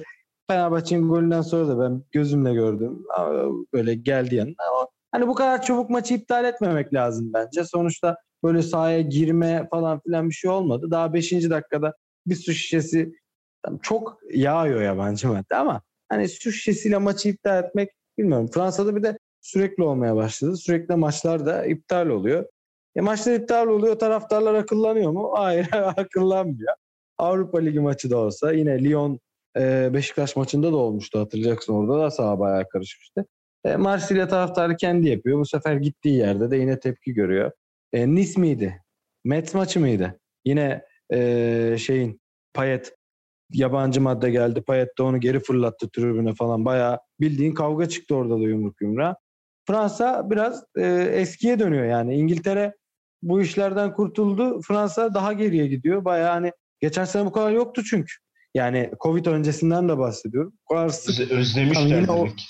Fenerbahçe'nin golünden sonra da ben gözümle gördüm. Böyle geldi yanına. Ama hani bu kadar çabuk maçı iptal etmemek lazım bence. Sonuçta böyle sahaya girme falan filan bir şey olmadı. Daha beşinci dakikada bir su şişesi çok yağıyor yabancı madde ama hani su şişesiyle maçı iptal etmek bilmiyorum. Fransa'da bir de sürekli olmaya başladı. Sürekli maçlar da iptal oluyor. E maçlar iptal oluyor. Taraftarlar akıllanıyor mu? Hayır, akıllanmıyor. Avrupa Ligi maçı da olsa yine Lyon e, Beşiktaş maçında da olmuştu, hatırlayacaksın, orada da saha bayağı karışmıştı. E, Marsilya taraftarı kendi yapıyor. Bu sefer gittiği yerde de yine tepki görüyor. E, Nice miydi? Metz maçı mıydı? Yine e, şeyin Payet yabancı madde geldi. Payet de onu geri fırlattı tribüne falan. Bayağı bildiğin kavga çıktı orada da yumruk yumruğa. Fransa biraz e, eskiye dönüyor yani. İngiltere bu işlerden kurtuldu. Fransa daha geriye gidiyor. Bayağı hani geçen sene bu kadar yoktu çünkü. Yani Covid öncesinden de bahsediyorum. Bu kadar sık. Özlemişler Yine demek.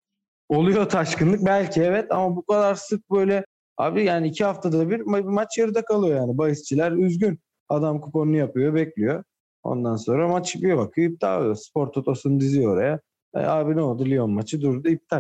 O, oluyor taşkınlık belki, evet, ama bu kadar sık böyle abi yani iki haftada bir ma- maç yarıda kalıyor yani. Bahisçiler üzgün. Adam kuponunu yapıyor, bekliyor. Ondan sonra maç bir bakıyor iptal oluyor. Spor Toto'sunu diziyor oraya. E, abi ne oldu? Lyon maçı durdu, iptal.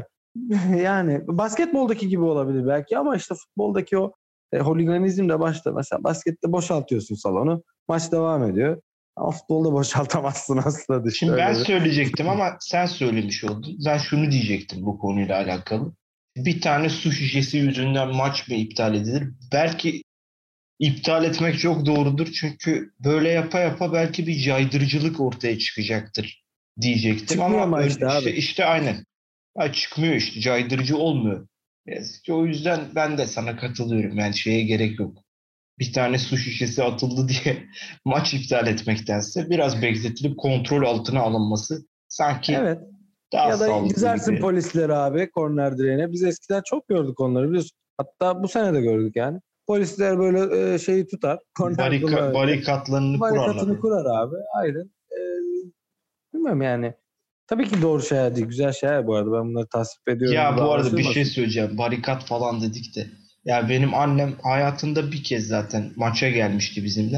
Yani basketboldaki gibi olabilir belki ama işte futboldaki o e, holiganizm de başta. Mesela baskette boşaltıyorsun salonu. Maç devam ediyor. Ama futbolda boşaltamazsın aslında. Şimdi Öyle ben bir... söyleyecektim ama sen söylemiş oldun. Ben şunu diyecektim bu konuyla alakalı. Bir tane su şişesi yüzünden maç mı iptal edilir? Belki iptal etmek çok doğrudur. Çünkü böyle yapa yapa belki bir caydırıcılık ortaya çıkacaktır diyecektim. Çıkmıyor Ama ama öyle, işte işte, abi. işte aynen. Ha, çıkmıyor işte. Caydırıcı olmuyor. Yazık ki o yüzden ben de sana katılıyorum. Yani şeye gerek yok. Bir tane su şişesi atıldı diye maç iptal etmektense biraz bekletilip kontrol altına alınması sanki Evet. daha Ya da sağlıklı dizersin gibi. polisleri abi korner direğine. Biz eskiden çok gördük onları, biliyorsun. Hatta bu sene de gördük yani. Polisler böyle e, şeyi tutar. Korner Barika, kullanırken. barikatlarını kurarlar. Barikatını kurar abi. Aynen. E, bilmiyorum yani. Tabii ki doğru şeyler değil. Güzel şeyler bu arada. Ben bunları tasvip ediyorum Ya gibi bu arada bir şey anlaşılmasın. söyleyeceğim. Barikat falan dedik de. Ya benim annem hayatında bir kez zaten maça gelmişti bizimle.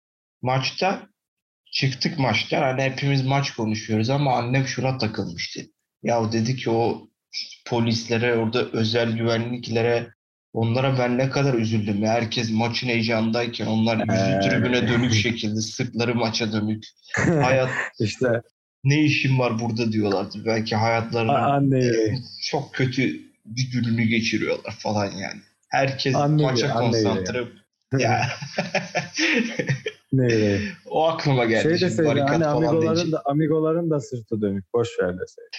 Maçta çıktık maçtan. Hani hepimiz maç konuşuyoruz ama annem şuna takılmıştı. Ya dedi ki o polislere, orada özel güvenliklere, onlara ben ne kadar üzüldüm ya. Herkes maçın heyecanındayken onlar yüzü tribüne dönük Ee, şekilde, sırtları maça dönük. Hayat işte ne işim var burada diyorlardı. Belki a- hayatlarının anne e, yüreği. çok kötü bir gününü geçiriyorlar falan yani. Herkes Anne yüreği. maça Anne yüreği. konsantre. Ya Anne yüreği. o aklıma geldi Şey şimdi deseydi hani barikat falan deyince. amigoların da amigoların da sırtı dönük. Boş ver deseydi.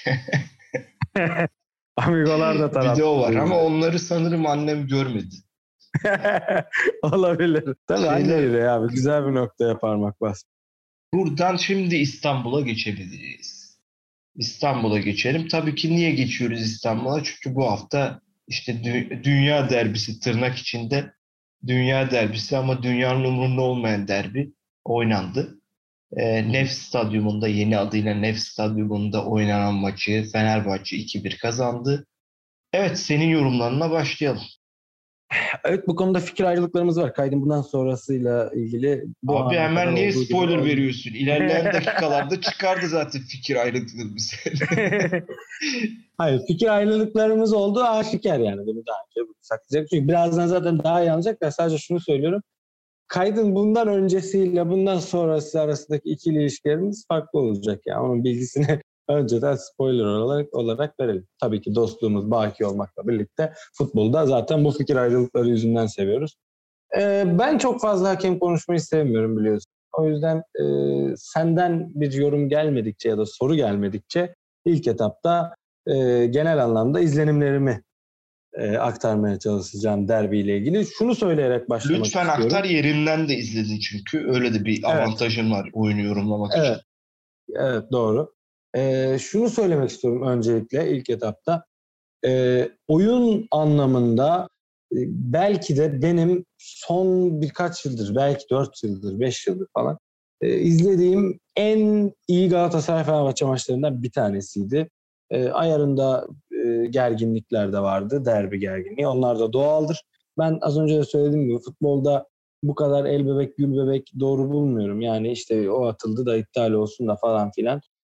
Amigolar da Bir de o var ama tarafsızdı. onları sanırım annem görmedi. Olabilir. Tabii anne Şeyler yüreği abi. Güzel bir noktaya parmak bas. buradan şimdi İstanbul'a geçebiliriz. İstanbul'a geçelim. Tabii ki niye geçiyoruz İstanbul'a? Çünkü bu hafta işte dü- dünya derbisi tırnak içinde dünya derbisi ama dünyanın umurunda olmayan derbi oynandı. E, Nef Stadyumunda yeni adıyla Nef Stadyumunda oynanan maçı Fenerbahçe iki bir kazandı. Evet senin yorumlarına başlayalım. Evet, bu konuda fikir ayrılıklarımız var. Kaydın bundan sonrasıyla ilgili bu Abi ana kadar hemen niye olduğu gibi spoiler olmuyor. veriyorsun? İlerleyen dakikalarda çıkardı zaten fikir ayrılıklarımız. Hayır, fikir ayrılıklarımız olduğu aşikar yani. Bunu daha önce saklayacak. Çünkü birazdan zaten daha iyi anlayacak. Ben sadece şunu söylüyorum. Kaydın bundan öncesiyle bundan sonrası arasındaki ikili ilişkilerimiz farklı olacak. Yani onun bilgisini önceden spoiler olarak, olarak verelim. Tabii ki dostluğumuz baki olmakla birlikte futbolda zaten bu fikir ayrılıkları yüzünden seviyoruz. Ee, ben çok fazla hakem konuşmayı sevmiyorum, biliyorsun. O yüzden e, senden bir yorum gelmedikçe ya da soru gelmedikçe ilk etapta e, genel anlamda izlenimlerimi e, aktarmaya çalışacağım derbiyle ilgili. Şunu söyleyerek başlamak Lütfen aktar istiyorum. yerinden de izledin çünkü. Öyle de bir Evet, avantajın var oyunu yorumlamak için. evet, evet, doğru. E, şunu söylemek istiyorum öncelikle ilk etapta. E, oyun anlamında e, belki de benim son birkaç yıldır, belki dört yıldır, beş yıldır falan e, izlediğim en iyi Galatasaray-Fenerbahçe maçlarından bir tanesiydi. E, ayarında e, gerginlikler de vardı, derbi gerginliği. Onlar da doğaldır. Ben az önce de söylediğim gibi futbolda bu kadar el bebek gül bebek doğru bulmuyorum. Yani işte o atıldı da iptal olsun da falan filan.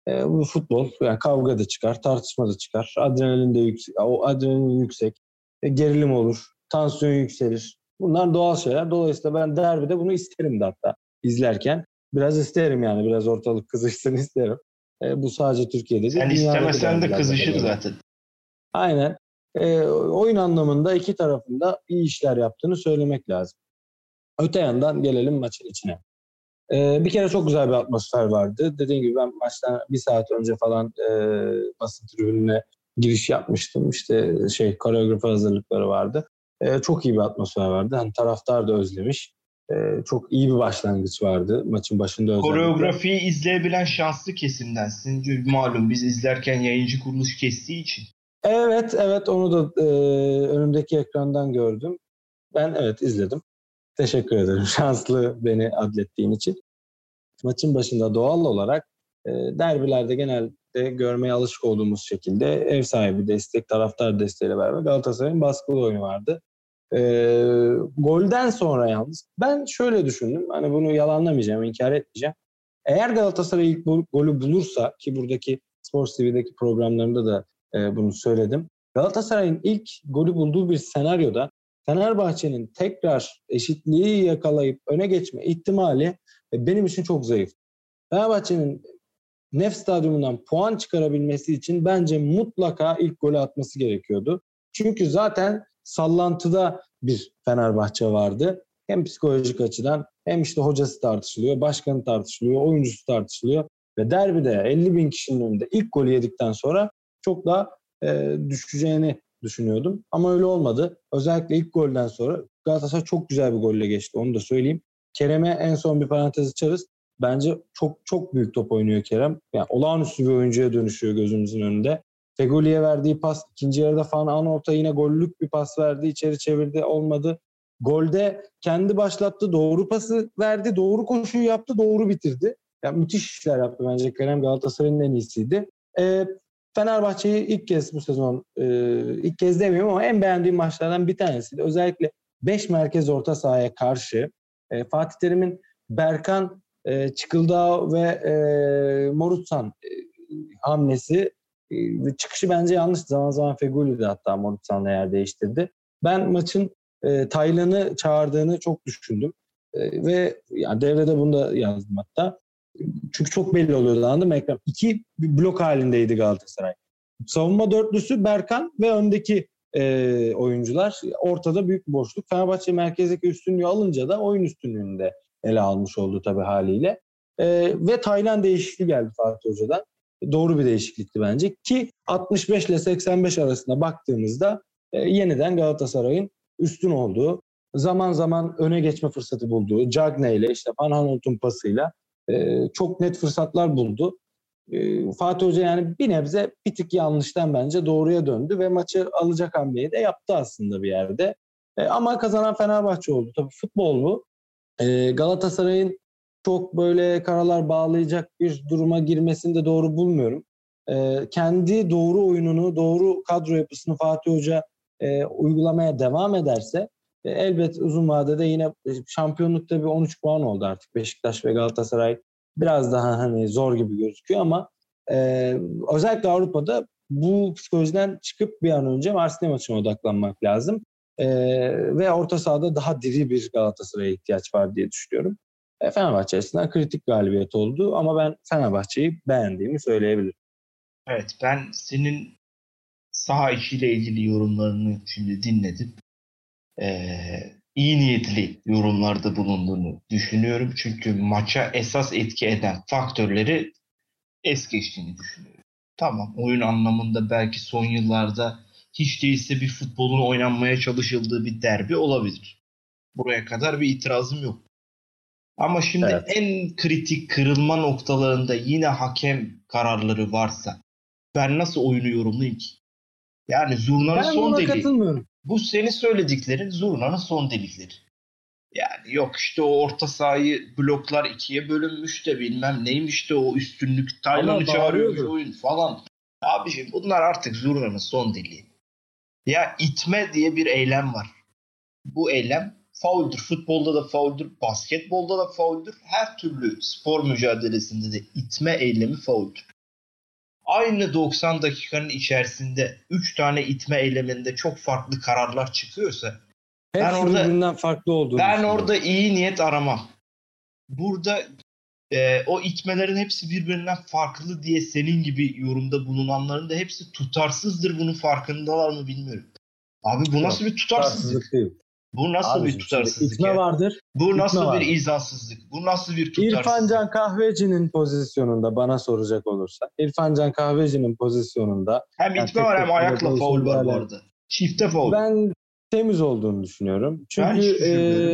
E, bu futbol, yani kavga da çıkar, tartışma da çıkar. Adrenalin de yüksek, o adrenalin yüksek. E, gerilim olur, tansiyon yükselir. Bunlar doğal şeyler. Dolayısıyla ben derbide bunu isterim de hatta izlerken. Biraz isterim yani, biraz ortalık kızışsın isterim. E, bu sadece Türkiye'de değil, Sen dünyadaki istemesen de derbilerde de kızışır böyle. zaten. Aynen. E, oyun anlamında iki tarafın da iyi işler yaptığını söylemek lazım. Öte yandan gelelim maçın içine. Ee, bir kere çok güzel bir atmosfer vardı. Dediğim gibi ben maçtan bir saat önce falan e, basın tribününe giriş yapmıştım. İşte şey koreografi hazırlıkları vardı. E, çok iyi bir atmosfer vardı. Hani taraftar da özlemiş. E, çok iyi bir başlangıç vardı maçın başında özellikle. Koreografiyi izleyebilen şanslı kesimdensin. Çünkü malum biz izlerken yayıncı kuruluş kestiği için. Evet, evet onu da e, önümdeki ekrandan gördüm. Ben evet izledim. Teşekkür ederim şanslı beni adlettiğin için. Maçın başında doğal olarak e, derbilerde genelde görmeye alışık olduğumuz şekilde ev sahibi destek, taraftar desteğiyle beraber Galatasaray'ın baskılı oyunu vardı. E, golden sonra yalnız ben şöyle düşündüm. Hani bunu yalanlamayacağım, inkar etmeyeceğim. Eğer Galatasaray ilk bu, golü bulursa, ki buradaki Sports T V'deki programlarında da e, bunu söyledim. Galatasaray'ın ilk golü bulduğu bir senaryoda Fenerbahçe'nin tekrar eşitliği yakalayıp öne geçme ihtimali benim için çok zayıf. Fenerbahçe'nin Nef Stadyumundan puan çıkarabilmesi için bence mutlaka ilk golü atması gerekiyordu. Çünkü zaten sallantıda bir Fenerbahçe vardı. Hem psikolojik açıdan hem işte hocası tartışılıyor, başkanı tartışılıyor, oyuncusu tartışılıyor. Ve derbide elli bin kişinin önünde ilk golü yedikten sonra çok daha e, düşeceğini düşünüyordum. Ama öyle olmadı. Özellikle ilk golden sonra Galatasaray çok güzel bir golle geçti, onu da söyleyeyim. Kerem'e en son bir parantez açarız. Bence çok çok büyük top oynuyor Kerem. Yani olağanüstü bir oyuncuya dönüşüyor gözümüzün önünde. Fegoli'ye verdiği pas, ikinci yarıda falan Anolt'a yine gollük bir pas verdi, içeri çevirdi, olmadı. Golde kendi başlattı, doğru pası verdi, doğru koşuyu yaptı, doğru bitirdi. Yani müthiş işler yaptı bence Kerem, Galatasaray'ın en iyisiydi. Ee, Fenerbahçe'yi ilk kez bu sezon, e, ilk kez demiyorum ama en beğendiğim maçlardan bir tanesiydi. Özellikle beş merkez orta sahaya karşı e, Fatih Terim'in Berkan, e, Çıkıldağ ve e, Morutsan e, hamlesi e, ve çıkışı bence yanlış. Zaman zaman Feguli de hatta Morutsan'la yer değiştirdi. Ben maçın e, Taylan'ı çağırdığını çok düşündüm. E, ve yani devrede bunu da yazdım hatta. Çünkü çok belli oluyordu, anladın mı ekran? İki blok halindeydi Galatasaray. Savunma dörtlüsü Berkan ve öndeki e, oyuncular. Ortada büyük bir boşluk. Fenerbahçe merkezdeki üstünlüğü alınca da oyun üstünlüğünü de ele almış oldu tabii haliyle. E, ve Taylan değişikliği geldi Fatih Hoca'dan. Doğru bir değişiklikti bence. Ki altmış beş ile seksen beş arasında baktığımızda e, yeniden Galatasaray'ın üstün olduğu, zaman zaman öne geçme fırsatı bulduğu, Cagne ile işte Van Aanholt'un pasıyla e, çok net fırsatlar buldu. E, Fatih Hoca yani bir nebze bir tık yanlıştan bence doğruya döndü ve maçı alacak hamleyi de yaptı aslında bir yerde. E, ama kazanan Fenerbahçe oldu. Tabii futbol bu. E, Galatasaray'ın çok böyle karalar bağlayacak bir duruma girmesini de doğru bulmuyorum. E, kendi doğru oyununu, doğru kadro yapısını Fatih Hoca e, uygulamaya devam ederse e, elbet uzun vadede yine şampiyonlukta bir on üç puan oldu artık. Beşiktaş ve Galatasaray biraz daha hani zor gibi gözüküyor ama e, özellikle Avrupa'da bu psikolojiden çıkıp bir an önce Marsilya maçına odaklanmak lazım. Ee, ve orta sahada daha diri bir Galatasaray'a ihtiyaç var diye düşünüyorum. E, Fenerbahçe açısından kritik galibiyet oldu ama ben Fenerbahçe'yi beğendiğimi söyleyebilirim. Evet, ben senin saha içiyle ilgili yorumlarını şimdi dinledim. Ee, iyi niyetli yorumlarda bulunduğunu düşünüyorum. Çünkü maça esas etki eden faktörleri es geçtiğini düşünüyorum. Tamam, oyun anlamında belki son yıllarda hiç değilse bir futbolun oynanmaya çalışıldığı bir derbi olabilir. Buraya kadar bir itirazım yok. Ama şimdi Evet. en kritik kırılma noktalarında yine hakem kararları varsa ben nasıl oyunu yorumlayayım ki? Yani zurnanın Ben son buna deliği. katılmıyorum. Bu senin söylediklerin zurnanın son delikleri. Yani yok işte o orta sahayı bloklar ikiye bölünmüş de bilmem neymiş de o üstünlük Taylan'ı Ama çağırıyormuş bağırıyordu. oyun falan. Abiciğim bunlar artık zurnanın son deliği. Ya itme diye bir eylem var. Bu eylem fauldür. Futbolda da fauldür, basketbolda da fauldür. Her türlü spor mücadelesinde de itme eylemi fauldür. aynı doksan dakikanın içerisinde üç tane itme eyleminde çok farklı kararlar çıkıyorsa hepsi ben orada birbirinden farklı olduğunu ben düşünüyorum. orada iyi niyet aramam. Burada e, o itmelerin hepsi birbirinden farklı diye senin gibi yorumda bulunanların da hepsi tutarsızdır. Bunun farkındalar mı bilmiyorum. Abi bu nasıl bir tutarsızlık? Değil. Bu nasıl Abicim, bir tutarsızlık itme ya? vardır. Bu itme nasıl vardır. bir izansızlık? Bu nasıl bir tutarsızlık? İrfan Can Kahveci'nin pozisyonunda bana soracak olursa, İrfan Can Kahveci'nin pozisyonunda hem itme var hem ayakla faul var bu arada. Çifte faul. Ben temiz olduğunu düşünüyorum. Çünkü e,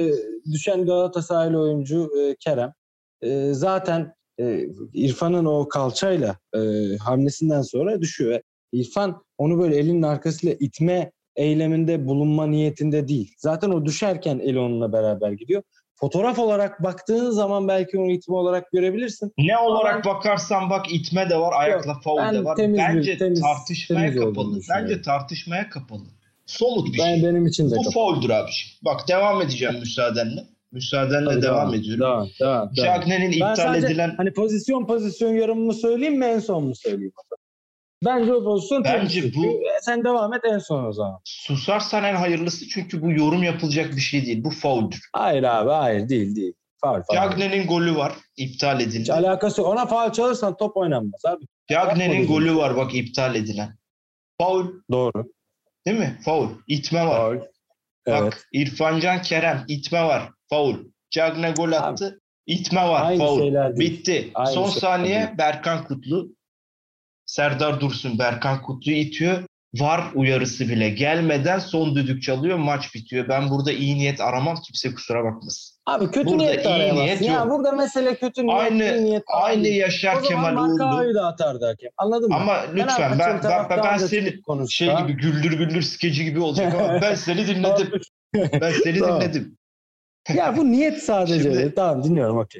düşen Galatasaraylı oyuncu e, Kerem e, zaten e, İrfan'ın o kalçayla e, hamlesinden sonra düşüyor. İrfan onu böyle elinin arkasıyla itme eyleminde bulunma niyetinde değil. Zaten o düşerken eli onunla beraber gidiyor. Fotoğraf olarak baktığın zaman belki onu itme olarak görebilirsin. Ne olarak Ama bakarsan bak, itme de var, ayakla faul de var. Bence bir, temiz, tartışmaya temiz kapalı. Bence tartışmaya kapalı. Somut bir ben, şey. Benim için de Bu kapalı. fauldür abi. Bak devam edeceğim müsaadenle. Müsaadenle Tabii devam devam, ediyorum. Devam, devam, Cagney'in iptal sadece, edilen... Hani pozisyon pozisyon yorumumu söyleyeyim mi, en son mu söyleyeyim? Bence o pozisyon Bence temiz. bu... Sen devam et, en son o zaman. Susarsan en hayırlısı, çünkü bu yorum yapılacak bir şey değil. Bu fauldür. Hayır abi, hayır değil değil. Faul faul. Cagney'in golü var, iptal edildi. Hiç alakası yok. Ona faul çalırsan top oynanmaz abi. Cagney'in golü var bak, iptal edilen. Faul. Doğru. Değil mi? Faul. İtme var. Faul. Evet. Bak İrfan Can Kerem, itme var. Faul. Cagney gol attı. Abi, itme var. aynı Faul. Bitti. Aynı Son saniye değil. Berkan Kutlu. Serdar Dursun Berkan Kutlu'yu itiyor. VAR uyarısı bile gelmeden son düdük çalıyor. Maç bitiyor. Ben burada iyi niyet aramam. Kimse kusura bakmasın. Abi kötü burada niyet arayamazsın. Ya burada mesele kötü niyet, aynı, iyi niyet. Aynı Yaşar Kemal Uğurlu. O zaman Markao'yu da atardı hakem. Anladın mı? Ama lütfen ben, ben, ben, ben seni konuşsa, şey gibi güldür güldür skeci gibi olacak ama ben seni dinledim. ben seni dinledim. Ya bu niyet sadece. Şimdi, tamam dinliyorum okey.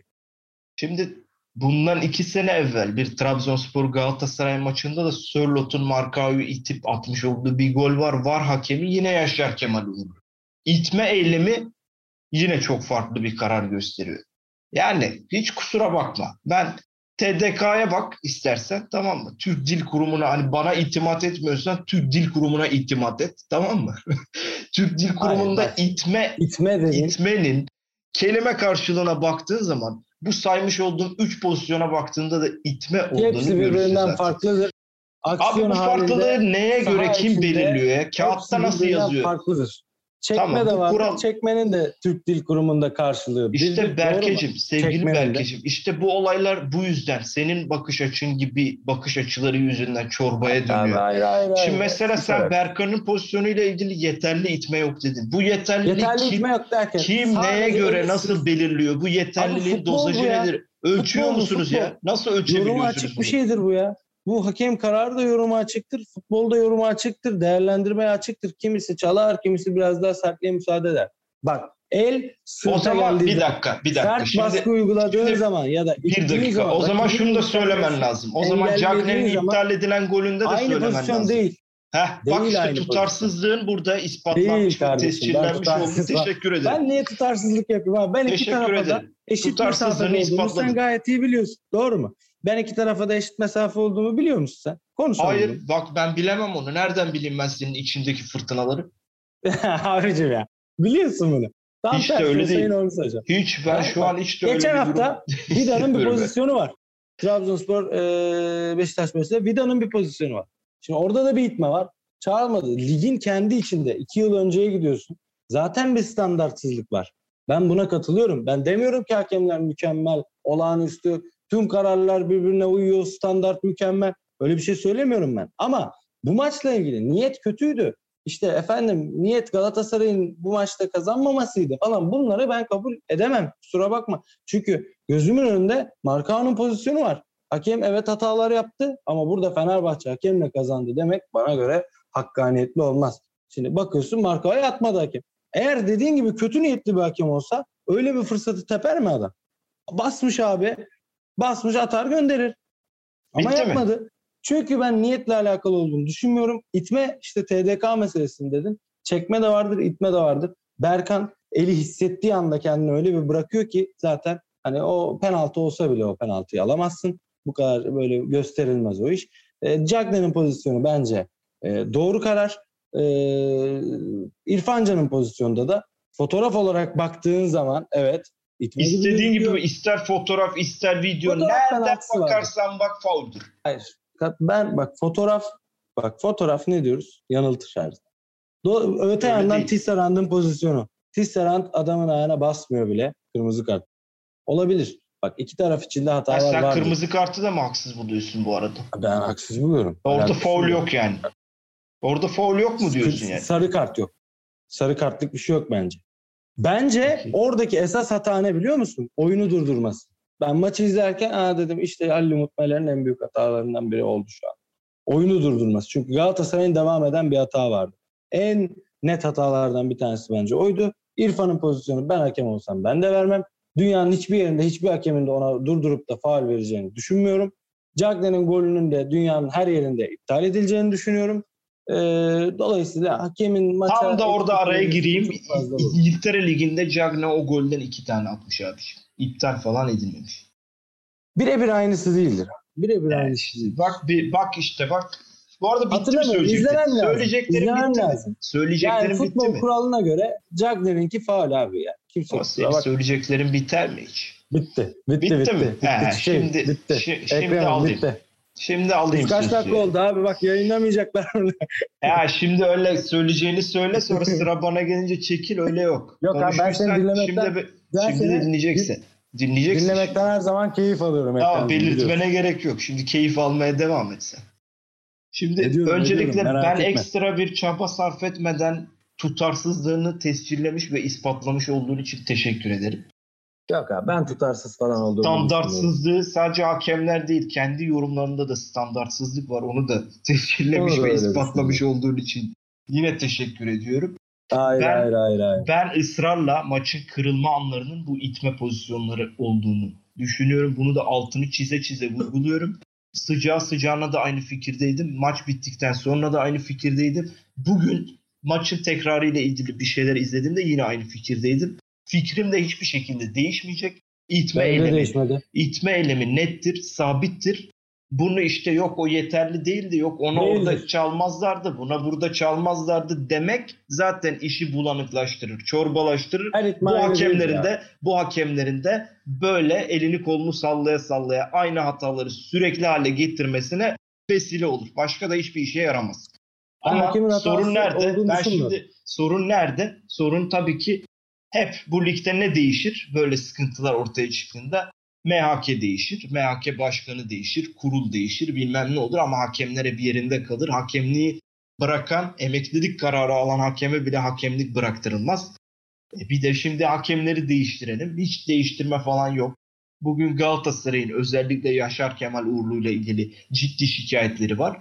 Şimdi bundan iki sene evvel bir Trabzonspor Galatasaray maçında da Sörlot'un Markao'yu itip atmış olduğu bir gol var. VAR hakemi yine Yaşar Kemal Uğurlu. İtme eylemi yine çok farklı bir karar gösteriyor. Yani hiç kusura bakma. Ben T D K'ya bak istersen, tamam mı? Türk Dil Kurumu'na, hani bana itimat etmiyorsan Türk Dil Kurumu'na itimat et, tamam mı? Türk Dil Kurumu'nda Hayır, itme, itme itmenin kelime karşılığına baktığın zaman bu saymış olduğum üç pozisyona baktığında da itme olduğunu görürsün. Hepsi birbirinden farklıdır. Aksiyon Abi bu farklılığı neye göre kim belirliyor ya? Kağıtta nasıl yazıyor? Farklıdır. Çekme tamam, de var. Kural... Çekmenin de Türk Dil Kurumu'nda karşılığı. İşte Berkeciğim, sevgili Berkeciğim, işte bu olaylar bu yüzden, senin bakış açın gibi bakış açıları yüzünden çorbaya dönüyor. Hayır, hayır, hayır, Şimdi mesela sen evet. Berkan'ın pozisyonuyla ilgili yeterli itme yok dedin. Bu yeterlilik yeterli kim, itme yok derken, kim neye göre eksik. Nasıl belirliyor? Bu yeterliliğin dozajı nedir? Ölçüyor futbol, musunuz futbol. ya? Nasıl ölçebiliyorsunuz? Yoruma açık bunu? Bir şeydir bu ya. Bu hakem kararı da yoruma açıktır. Futbolda yoruma açıktır. Değerlendirmeye açıktır. Kimisi çalar, kimisi biraz daha sertliğe müsaade eder. Bak el sırta o zaman geldiği bir dakika, bir dakika. Sert şimdi, baskı uyguladığın şimdi, zaman ya da bir dakika. Zaman, o zaman şunu da söylemen lazım. O zaman Cagney'in iptal edilen golünde de söylemen lazım. Aynı pozisyon değil. Heh, değil bak işte tutarsızlığın pozisyon. Burada ispatlanmış ve tescillenmiş oldu. Teşekkür ederim. Ben niye tutarsızlık yapayım abi? Ben iki tarafa da eşit mesafe olduğunu sen gayet iyi biliyorsun. Doğru mu? Ben iki tarafa da eşit mesafe olduğumu biliyor musun sen? Konuşalım. Hayır bunu. Bak ben bilemem onu. Nereden bileyim ben senin içindeki fırtınaları? Abicim ya. Biliyorsun bunu. Tam hiç de öyle değil. Hiç ben ha, şu an hiç de öyle geçen hafta Vida'nın bir pozisyonu var. Trabzonspor e, Beşiktaş maçında Vida'nın bir pozisyonu var. Şimdi orada da bir itme var. Çağırmadı. Ligin kendi içinde iki yıl önceye gidiyorsun. Zaten bir standartsızlık var. Ben buna katılıyorum. Ben demiyorum ki hakemler mükemmel, olağanüstü, tüm kararlar birbirine uyuyor, standart mükemmel. Öyle bir şey söylemiyorum ben. Ama bu maçla ilgili niyet kötüydü. İşte efendim niyet Galatasaray'ın bu maçta kazanmamasıydı falan. Bunları ben kabul edemem. Kusura bakma. Çünkü gözümün önünde Markao'nun pozisyonu var. Hakem evet hatalar yaptı ama burada Fenerbahçe hakemle kazandı demek bana göre hakkaniyetli olmaz. Şimdi bakıyorsun Markao'ya atmadı hakem. Eğer dediğin gibi kötü niyetli bir hakem olsa öyle bir fırsatı teper mi adam? Basmış abi. Basmış atar gönderir. Ama Bitti yapmadı. Mi? Çünkü ben niyetle alakalı olduğunu düşünmüyorum. İtme işte T D K meselesini dedin. Çekme de vardır, itme de vardır. Berkan eli hissettiği anda kendini öyle bir bırakıyor ki zaten hani o penaltı olsa bile o penaltıyı alamazsın. Bu kadar böyle gösterilmez o iş. E, Cagney'in pozisyonu bence e, doğru karar. E, İrfan Can'ın pozisyonunda da fotoğraf olarak baktığın zaman evet itme gibi İstediğin gözüküyor. gibi ister fotoğraf ister video Fotoğraf nereden penaltısı bakarsan vardır. bak fauldür. Hayır. Ben bak fotoğraf bak fotoğraf ne diyoruz? Yanıltır her zaman. Do- Öte Öyle yandan değil. Tisserand'ın pozisyonu. Tisserand adamın ayağına basmıyor bile. Kırmızı kart. Olabilir. Bak iki taraf içinde Ya hatalar sen vardır. kırmızı kartı da mı haksız buluyorsun bu arada? Ben haksız buluyorum. Orada Alakası faul yok. yok yani. Orada faul yok mu diyorsun yani? Sarı kart yok. Sarı kartlık bir şey yok bence. Bence Peki. oradaki esas hata ne biliyor musun? Oyunu durdurması. Ben maçı izlerken aa dedim işte Halil Umut Meler'in en büyük hatalarından biri oldu şu an. Oyunu durdurması. Çünkü Galatasaray'ın devam eden bir hata vardı. En net hatalardan bir tanesi bence oydu. İrfan'ın pozisyonu ben hakem olsam ben de vermem. Dünyanın hiçbir yerinde hiçbir hakemin de ona durdurup da faul vereceğini düşünmüyorum. Cagney'in golünün de dünyanın her yerinde iptal edileceğini düşünüyorum. Ee, dolayısıyla hakemin maça... Tam da orada araya gireyim. Çok fazla olur. İngiltere Ligi'nde Cagney o golden iki tane atmış abi. İptal falan edilmemiş. Birebir aynısı değildir. Birebir Yani aynısı işte değildir. bak bir bak işte bak. Bu arada bitti mi Hatırlamıyorum. söyleyeceklerim? İzlemem lazım. Söyleyeceklerim İzlemem bitti lazım. mi? Söyleyeceklerim Yani bitti futbol mi? kuralına göre Cagney'inki faul abi ya. Kimse Ama senin bak. söyleyeceklerin biter mi hiç? Bitti. Bitti. Bitti Bitti. mi? Bitti. He, Bitti. Şey, şimdi bitti. şi- şimdi Ekrem'im alayım. bitti. Şimdi alayım Biz kaç sözü. dakika oldu abi bak yayınlamayacaklar onu. Ya şimdi öyle söyleyeceğini söyle sonra sıra bana gelince çekil öyle yok. Yok abi, ben seni Konuşursan dinlemekten- şimdi, ben şimdi seni dinleyeceksin. Dinleyeceksin. Dinlemekten şimdi. her zaman keyif alıyorum. Tamam Ekrem'cim, biliyorsun. belirtmene gerek yok. Şimdi keyif almaya devam et sen. Şimdi Ediyorum, öncelikle ediyorum, merak ben etme. ekstra bir çaba sarf etmeden tutarsızlığını tescillemiş ve ispatlamış olduğun için teşekkür ederim. Yok abi ben tutarsız falan olduğumu düşünmüyorum. Standartsızlığı sadece hakemler değil kendi yorumlarında da standartsızlık var. Onu da tescillemiş Onu da ve öyle ispatlamış düşünüyorum. olduğun için yine teşekkür ediyorum. Hayır Ben- hayır hayır hayır. Ben ısrarla maçın kırılma anlarının bu itme pozisyonları olduğunu düşünüyorum. Bunu da altını çize çize vurguluyorum. Sıcağı sıcağına da aynı fikirdeydim. Maç bittikten sonra da aynı fikirdeydim. Bugün maçın tekrarı ile ilgili bir şeyler izlediğimde yine aynı fikirdeydim. Fikrim de hiçbir şekilde değişmeyecek. İtme Bence eylemi, değişmedi. itme eylemi nettir, sabittir. Bunu işte yok o yeterli değildi, yok ona Değildir. orada çalmazlardı, buna burada çalmazlardı demek zaten işi bulanıklaştırır, çorbalaştırır. Her itme Bu aynı hakemlerin değil ya. de bu hakemlerin de böyle elini kolunu sallaya sallaya aynı hataları sürekli hale getirmesine vesile olur. Başka da hiçbir işe yaramaz. Ben Ama hakemin hatası sorun nerede? olduğunu Ben düşünmüyorum. şimdi sorun nerede? Sorun tabii ki hep bu ligde ne değişir? Böyle sıkıntılar ortaya çıktığında M H K değişir, M H K başkanı değişir, kurul değişir, bilmem ne olur ama hakemlere bir yerinde kalır. Hakemliği bırakan, emeklilik kararı alan hakeme bile hakemlik bıraktırılmaz. E bir de şimdi hakemleri değiştirelim. Hiç değiştirme falan yok. Bugün Galatasaray'ın özellikle Yaşar Kemal Uğurlu ile ilgili ciddi şikayetleri var.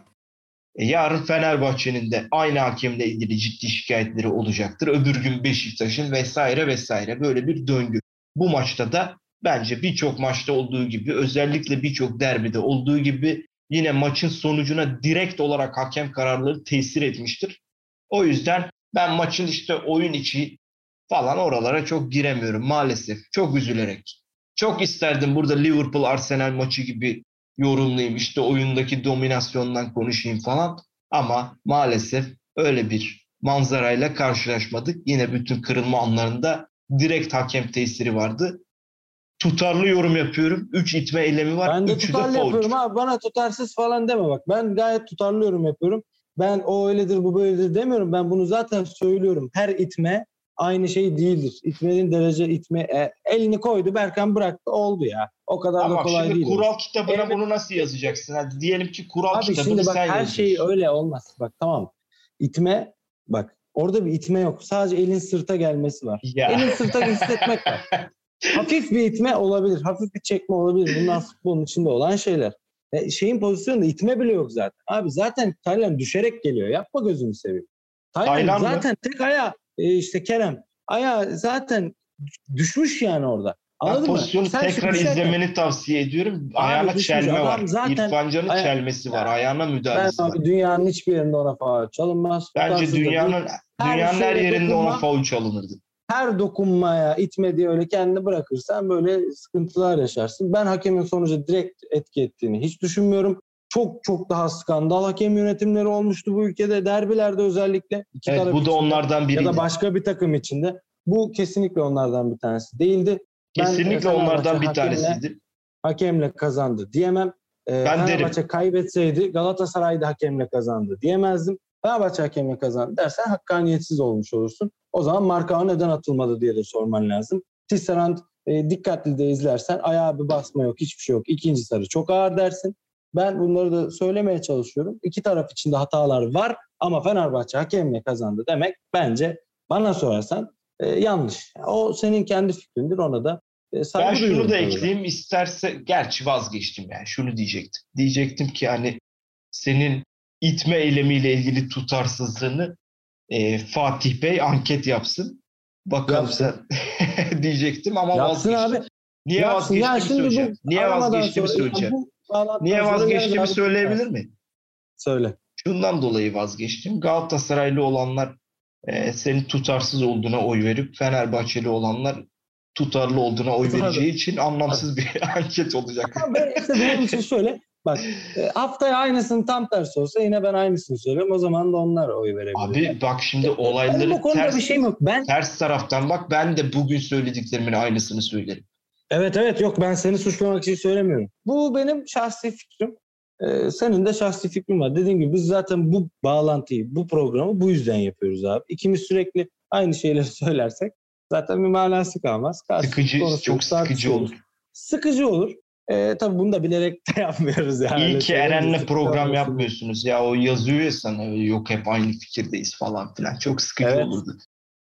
E yarın Fenerbahçe'nin de aynı hakemle ilgili ciddi şikayetleri olacaktır. Öbür gün Beşiktaş'ın vesaire vesaire böyle bir döngü. Bu maçta da bence birçok maçta olduğu gibi özellikle birçok derbide olduğu gibi yine maçın sonucuna direkt olarak hakem kararları tesir etmiştir. O yüzden ben maçın işte oyun içi falan oralara çok giremiyorum maalesef. Çok üzülerek. Çok isterdim burada Liverpool Arsenal maçı gibi yorumlayayım. İşte oyundaki dominasyondan konuşayım falan. Ama maalesef öyle bir manzarayla karşılaşmadık. Yine bütün kırılma anlarında direkt hakem tesiri vardı. Tutarlı yorum yapıyorum. üç itme eylemi var. Ben de Üçü de tutarlı faul. yapıyorum abi. Bana tutarsız falan deme bak. Ben gayet tutarlı yorum yapıyorum. Ben o öyledir bu böyledir demiyorum. Ben bunu zaten söylüyorum. Her itme aynı şey değildir. İtmenin derece itme. E, elini koydu Berkan bıraktı oldu ya. O kadar da Ama kolay şimdi değil. kural kitabına Evet. bunu nasıl yazacaksın? Hadi diyelim ki kural Abi kitabını şimdi bak sen her yazıyorsun. şey öyle olmaz. Bak tamam. İtme bak orada bir itme yok. Sadece elin sırta gelmesi var. Ya. Elin sırta hissetmek var. Hafif bir itme olabilir. Hafif bir çekme olabilir. Bunlar futbolun içinde olan şeyler. E, şeyin pozisyonunda itme bile yok zaten. Abi zaten Taylan düşerek geliyor. Yapma gözünü seveyim. Taylan, Taylan mı? zaten tek ayağı e, işte Kerem. Ayağı zaten düşmüş yani orada. Ben Anladın mı? pozisyonu Sen tekrar şimdi düşerken- izlemeni tavsiye ediyorum. Abi Ayağına düşmüş. çelme Adam var. zaten- İrfan Can'ın Aya- çelmesi var. Ya. Ayağına Ben müdahalesi var. abi dünyanın hiçbir yerinde ona faul çalınmaz. Bence Tutarsız da dünyanın değil. Her dünyanın her şeye yerinde dokunma. ona faul çalınırdı. Her dokunmaya, itme diye öyle kendini bırakırsan böyle sıkıntılar yaşarsın. Ben hakemin sonuca direkt etki ettiğini hiç düşünmüyorum. çok çok daha skandal hakem yönetimleri olmuştu bu ülkede. Derbilerde özellikle. İki Evet, taraf bu da içinde onlardan biriydi. ya da başka bir takım içinde. Bu kesinlikle onlardan bir tanesi değildi. Kesinlikle ben, onlardan bir hakemle, tanesiydi. Hakemle kazandı diyemem. E, Ben Fenerbahçe derim. kaybetseydi Galatasaray'da hakemle kazandı diyemezdim. Fenerbahçe hakemle kazandı dersen hakkaniyetsiz olmuş olursun. O zaman Marka neden atılmadı diye de sorman lazım. Tisserand e, dikkatli de izlersen ayağa bir basma yok, hiçbir şey yok. İkinci sarı çok ağır dersin. Ben bunları da söylemeye çalışıyorum. İki taraf içinde hatalar var ama Fenerbahçe hakemle kazandı demek bence bana sorarsan e, yanlış. O senin kendi fikrindir, ona da e, saygı Ben şunu da tabii. ekleyeyim isterse, gerçi vazgeçtim yani, şunu diyecektim. Diyecektim ki hani senin itme eylemiyle ilgili tutarsızlığını e, Fatih Bey anket yapsın. Bakalım Yapsın. sen diyecektim ama Yapsın vazgeçtim. abi. Niye Yapsın. Ya vazgeçtiğimi şimdi bu söyleyeceğim. Niye aramadan vazgeçtiğimi sonra, yani söyleyeceğim. bu bağlantıdan Niye sonra yarın vazgeçtiğimi abi söyleyebilir miyim? söyle. Şundan dolayı vazgeçtim. Galatasaraylı olanlar e, senin tutarsız olduğuna oy verip Fenerbahçeli olanlar tutarlı olduğuna oy vereceği için anlamsız bir anket olacak. Ben işte benim için şöyle bak, e, haftaya aynısının tam tersi olsa yine ben aynısını söylüyorum. O zaman da onlar oy verebilirler. Abi bak şimdi E, benim bu olayları konuda ters, bir şeyim yok. Ben ters taraftan bak, ben de bugün söylediklerimin aynısını söylerim. evet evet yok, ben seni suçlamak için söylemiyorum. Bu benim şahsi fikrim. Ee, senin de şahsi fikrin var. Dediğim gibi biz zaten bu bağlantıyı, bu programı bu yüzden yapıyoruz abi. İkimiz sürekli aynı şeyleri söylersek zaten bir manası kalmaz. Karşılıklı Sıkıcı, konuşuruz, çok sıkıcı tartışıyoruz. olur. Sıkıcı olur. Ee, tabii bunu da bilerek de yapmıyoruz yani. İyi Öyle ki söyleyeyim de Eren'le sıkıcı program olmasın. yapmıyorsunuz. Ya o yazıyor ya sana, yok hep aynı fikirdeyiz falan filan. Çok sıkıcı Evet. olurdu.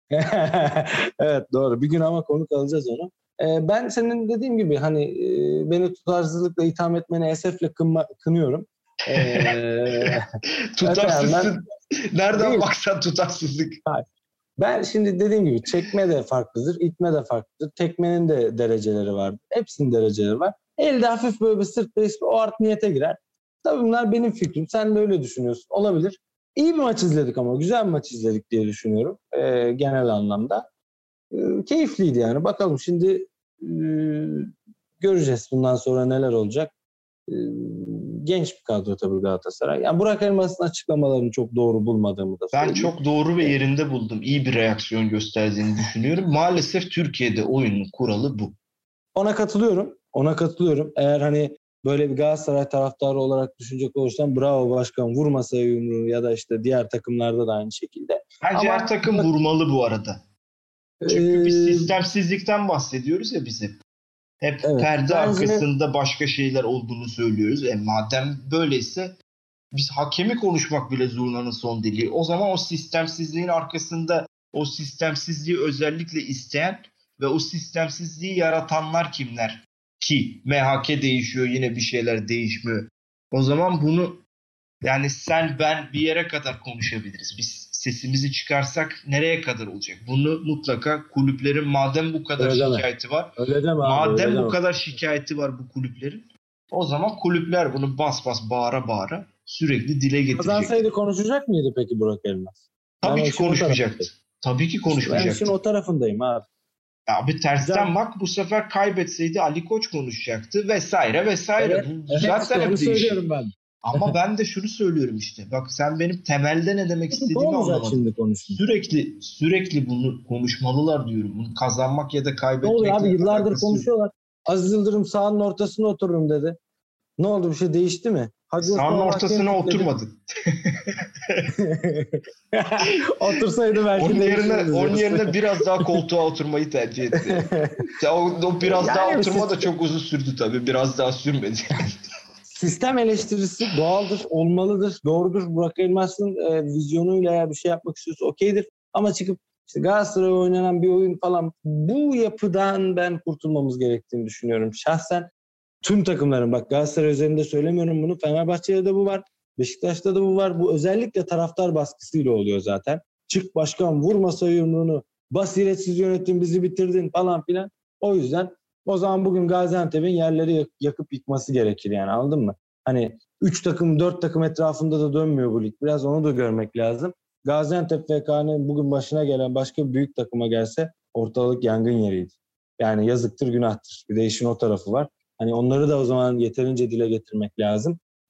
Evet doğru. Bir gün ama konuk alacağız onu. Ee, ben senin dediğim gibi hani e, beni tutarsızlıkla itham etmeni esefle kınma, kınıyorum. Ee, Tutarsızsın. Nereden değil. baksan tutarsızlık. Ben şimdi dediğim gibi çekme de farklıdır, itme de farklıdır. Tekmenin de dereceleri var. Hepsinin dereceleri var. Elde hafif böyle bir sırt beis o art niyete girer. Tabii bunlar benim fikrim. Sen de öyle düşünüyorsun. Olabilir. İyi bir maç izledik ama güzel bir maç izledik diye düşünüyorum. Ee, genel anlamda. Ee, keyifliydi yani. Bakalım şimdi e, göreceğiz bundan sonra neler olacak. Ee, genç bir kadro tabii Galatasaray. Yani Burak Elmas'ın açıklamalarını çok doğru bulmadığımı da Ben söyleyeyim. çok doğru ve yerinde buldum. İyi bir reaksiyon gösterdiğini düşünüyorum. Maalesef Türkiye'de oyunun kuralı bu. Ona katılıyorum. Ona katılıyorum. Eğer hani böyle bir Galatasaray taraftarı olarak düşünecek olursam bravo başkan, vur masaya yumruğu, ya da işte diğer takımlarda da aynı şekilde. Bence Ama her takım vurmalı bu arada. Çünkü bir e, sistemsizlikten bahsediyoruz ya biz hep. Hep evet perde bence arkasında başka şeyler olduğunu söylüyoruz. E madem böyleyse biz hakemi konuşmak bile zurnanın son deliği. O zaman o sistemsizliğin arkasında o sistemsizliği özellikle isteyen ve o sistemsizliği yaratanlar kimler? Ki M H K değişiyor, yine bir şeyler değişmiyor. O zaman bunu, yani sen ben bir yere kadar konuşabiliriz. Biz sesimizi çıkarsak nereye kadar olacak? Bunu mutlaka kulüplerin, madem bu kadar öyle deme. şikayeti var, Öyle deme abi, öyle madem bu deme. kadar şikayeti var bu kulüplerin, o zaman kulüpler bunu bas bas bağıra bağıra sürekli dile getirecek. Kazansaydı konuşacak mıydı peki Burak Elmas? Tabii Ben ki konuşmayacaktı. Tabii ki İşte ben konuşmayacaktı. işin o tarafındayım abi. Abi tersten Güzel. bak, bu sefer kaybetseydi Ali Koç konuşacaktı vesaire vesaire. Evet, Bu evet zaten işte onu hep değişir. söylüyorum ben. Ama ben de şunu söylüyorum işte. Bak sen benim temelde ne demek Peki, istediğimi ne olacak anlamadın. şimdi konuşun? Sürekli sürekli bunu konuşmalılar diyorum. Bunu kazanmak ya da Ne kaybetmekle oluyor abi, yıllardır alakası yok. konuşuyorlar. Aziz Yıldırım sahanın ortasına otururum dedi. Ne oldu, bir şey değişti mi? Hacı Sahanın Osman ortasına oturmadı. Otursaydı belki onun yerine değişirdi. onun yerine biraz daha koltuğa oturmayı tercih etti. Ya o, o biraz Yani daha oturma sistem, da çok uzun sürdü tabii. Biraz daha sürmedi. sistem eleştirisi doğaldır, olmalıdır, doğrudur. Burak Elmas'ın e, vizyonuyla eğer bir şey yapmak istiyorsa okeydir. Ama çıkıp işte Galatasaray'a oynanan bir oyun falan, bu yapıdan ben kurtulmamız gerektiğini düşünüyorum. Şahsen tüm takımların, bak Galatasaray üzerinde söylemiyorum bunu, Fenerbahçe'de de bu var, Beşiktaş'ta da bu var. Bu özellikle taraftar baskısıyla oluyor zaten. Çık başkan, vur masaya yumruğunu, basiretsiz yönetim, bizi bitirdin falan filan. O yüzden o zaman bugün Gaziantep'in yerleri yakıp yıkması gerekir yani, anladın mı? Hani üç takım dört takım etrafında da dönmüyor bu lig. Biraz onu da görmek lazım. Gaziantep F K'nın bugün başına gelen başka bir büyük takıma gelse ortalık yangın yeriydi. Yani yazıktır, günahtır. Bir de işin o tarafı var. Hani onları da o zaman yeterince dile getirmek lazım.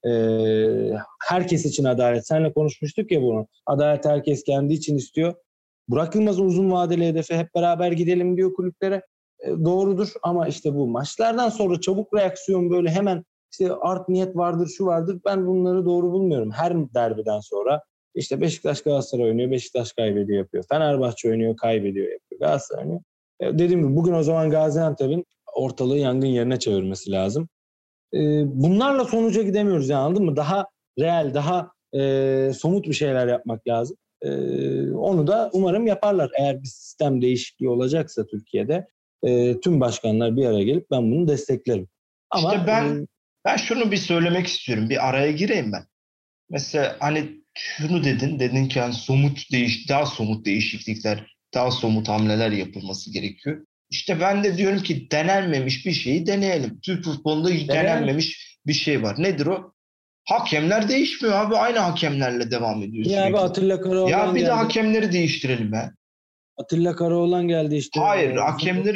Ee, herkes için adalet. Seninle konuşmuştuk ya bunu. Adalet herkes kendi için istiyor. Burak Yılmaz'ın uzun vadeli hedefi hep beraber gidelim diyor kulüplere. Ee, doğrudur ama işte bu maçlardan sonra çabuk reaksiyon, böyle hemen işte art niyet vardır, şu vardır. Ben bunları doğru bulmuyorum. Her derbiden sonra işte Beşiktaş Galatasaray oynuyor, Beşiktaş kaybediyor yapıyor. Fenerbahçe oynuyor, kaybediyor yapıyor. Galatasaray oynuyor. Ee, dediğim gibi bugün o zaman Gaziantep'in ortalığı yangın yerine çevirmesi lazım. Ee, bunlarla sonuca gidemiyoruz yani, anladın mı? Daha real, daha e, somut bir şeyler yapmak lazım. Ee, onu da umarım yaparlar. Eğer bir sistem değişikliği olacaksa Türkiye'de e, tüm başkanlar bir araya gelip ben bunu desteklerim. Ama İşte ben e, ben şunu bir söylemek istiyorum. Bir araya gireyim ben. Mesela hani şunu dedin, dedin ki hani somut değiş, daha somut değişiklikler, daha somut hamleler yapılması gerekiyor. İşte ben de diyorum ki denenmemiş bir şeyi deneyelim. Türk futbolunda hiç Deneyelim. denenmemiş bir şey var. Nedir o? Hakemler değişmiyor abi. Aynı hakemlerle devam ediyor ya abi sürekli. Atilla Karaoğlan Ya bir geldi. de hakemleri değiştirelim be. Atilla Karaoğlan geldi işte. Hayır, Ee, hakemleri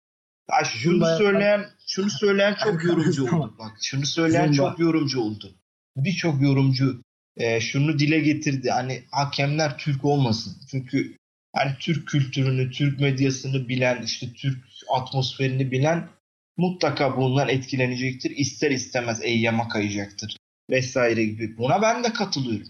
ya şunu Zumba yapan- söyleyen şunu söyleyen çok yorumcu Tamam. oldu. Bak şunu söyleyen Zumba. çok yorumcu oldu. Birçok yorumcu e, şunu dile getirdi. Hani hakemler Türk olmasın. Çünkü hani Türk kültürünü, Türk medyasını bilen, işte Türk atmosferini bilen mutlaka bundan etkilenecektir. İster istemez eyyama kayacaktır vesaire gibi. Buna ben de katılıyorum.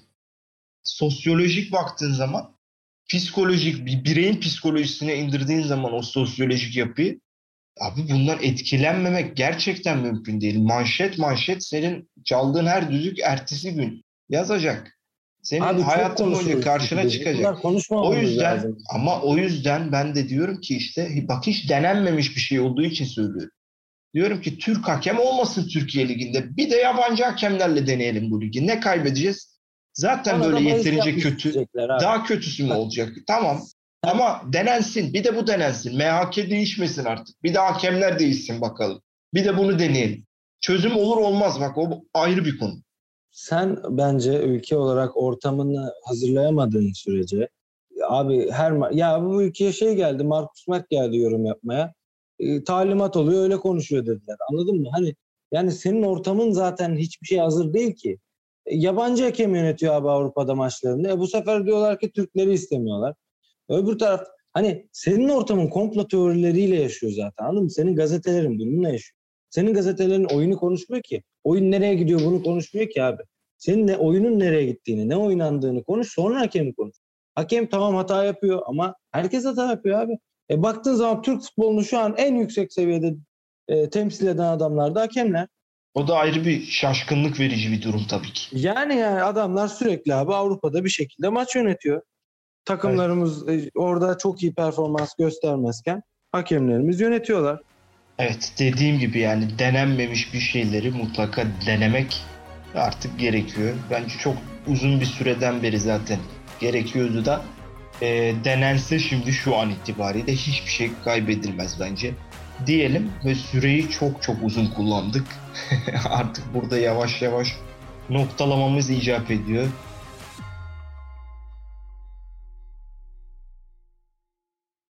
Sosyolojik baktığın zaman, psikolojik bir bireyin psikolojisine indirdiğin zaman o sosyolojik yapıyı, abi bundan etkilenmemek gerçekten mümkün değil. Manşet manşet senin çaldığın her düdük ertesi gün yazacak. Senin Abi çok hayatın boyunca konuşuyoruz karşına çünkü biz. çıkacak. Bunlar O konuşmamamız yüzden lazım. ama o yüzden ben de diyorum ki işte bak hiç denenmemiş bir şey olduğu için söylüyorum. Diyorum ki Türk hakem olmasın Türkiye Ligi'nde. Bir de yabancı hakemlerle deneyelim bu ligi. Ne kaybedeceğiz? Zaten Ona da böyle bahis yeterince yapmış kötü. diyecekler abi. Daha kötüsü mü Bak, olacak? Tamam. sen- Ama denensin. Bir de bu denensin. M H K değişmesin artık. Bir de hakemler değişsin bakalım. Bir de bunu deneyelim. Çözüm olur olmaz. Bak o ayrı bir konu. Sen bence ülke olarak ortamını hazırlayamadığın sürece abi her ma- ya bu ülkeye şey geldi, Markus Merk geldi yorum yapmaya. E, talimat oluyor öyle konuşuyor dediler. Anladın mı? Hani yani senin ortamın zaten hiçbir şey hazır değil ki. E, yabancı hakem yönetiyor abi Avrupa'da maçlarını. E, bu sefer diyorlar ki Türkleri istemiyorlar. Öbür taraf hani senin ortamın komplo teorileriyle yaşıyor zaten, anladın mı? Senin gazetelerin bununla yaşıyor. Senin gazetelerin oyunu konuşmuyor ki. Oyun nereye gidiyor bunu konuşmuyor ki abi. Senin ne oyunun nereye gittiğini, ne oynandığını konuş, sonra hakemi konuş. Hakem tamam hata yapıyor ama herkes hata yapıyor abi. E baktığın zaman Türk futbolunu şu an en yüksek seviyede e, temsil eden adamlar da hakemler. O da ayrı bir şaşkınlık verici bir durum tabii ki. Yani yani adamlar sürekli abi Avrupa'da bir şekilde maç yönetiyor. Takımlarımız evet. orada çok iyi performans göstermezken hakemlerimiz yönetiyorlar. Evet, dediğim gibi yani denenmemiş bir şeyleri mutlaka denemek artık gerekiyor. Bence çok uzun bir süreden beri zaten gerekiyordu da e, denense şimdi şu an itibariyle hiçbir şey kaybedilmez bence. Diyelim ve süreyi çok çok uzun kullandık. Artık burada yavaş yavaş noktalamamız icap ediyor.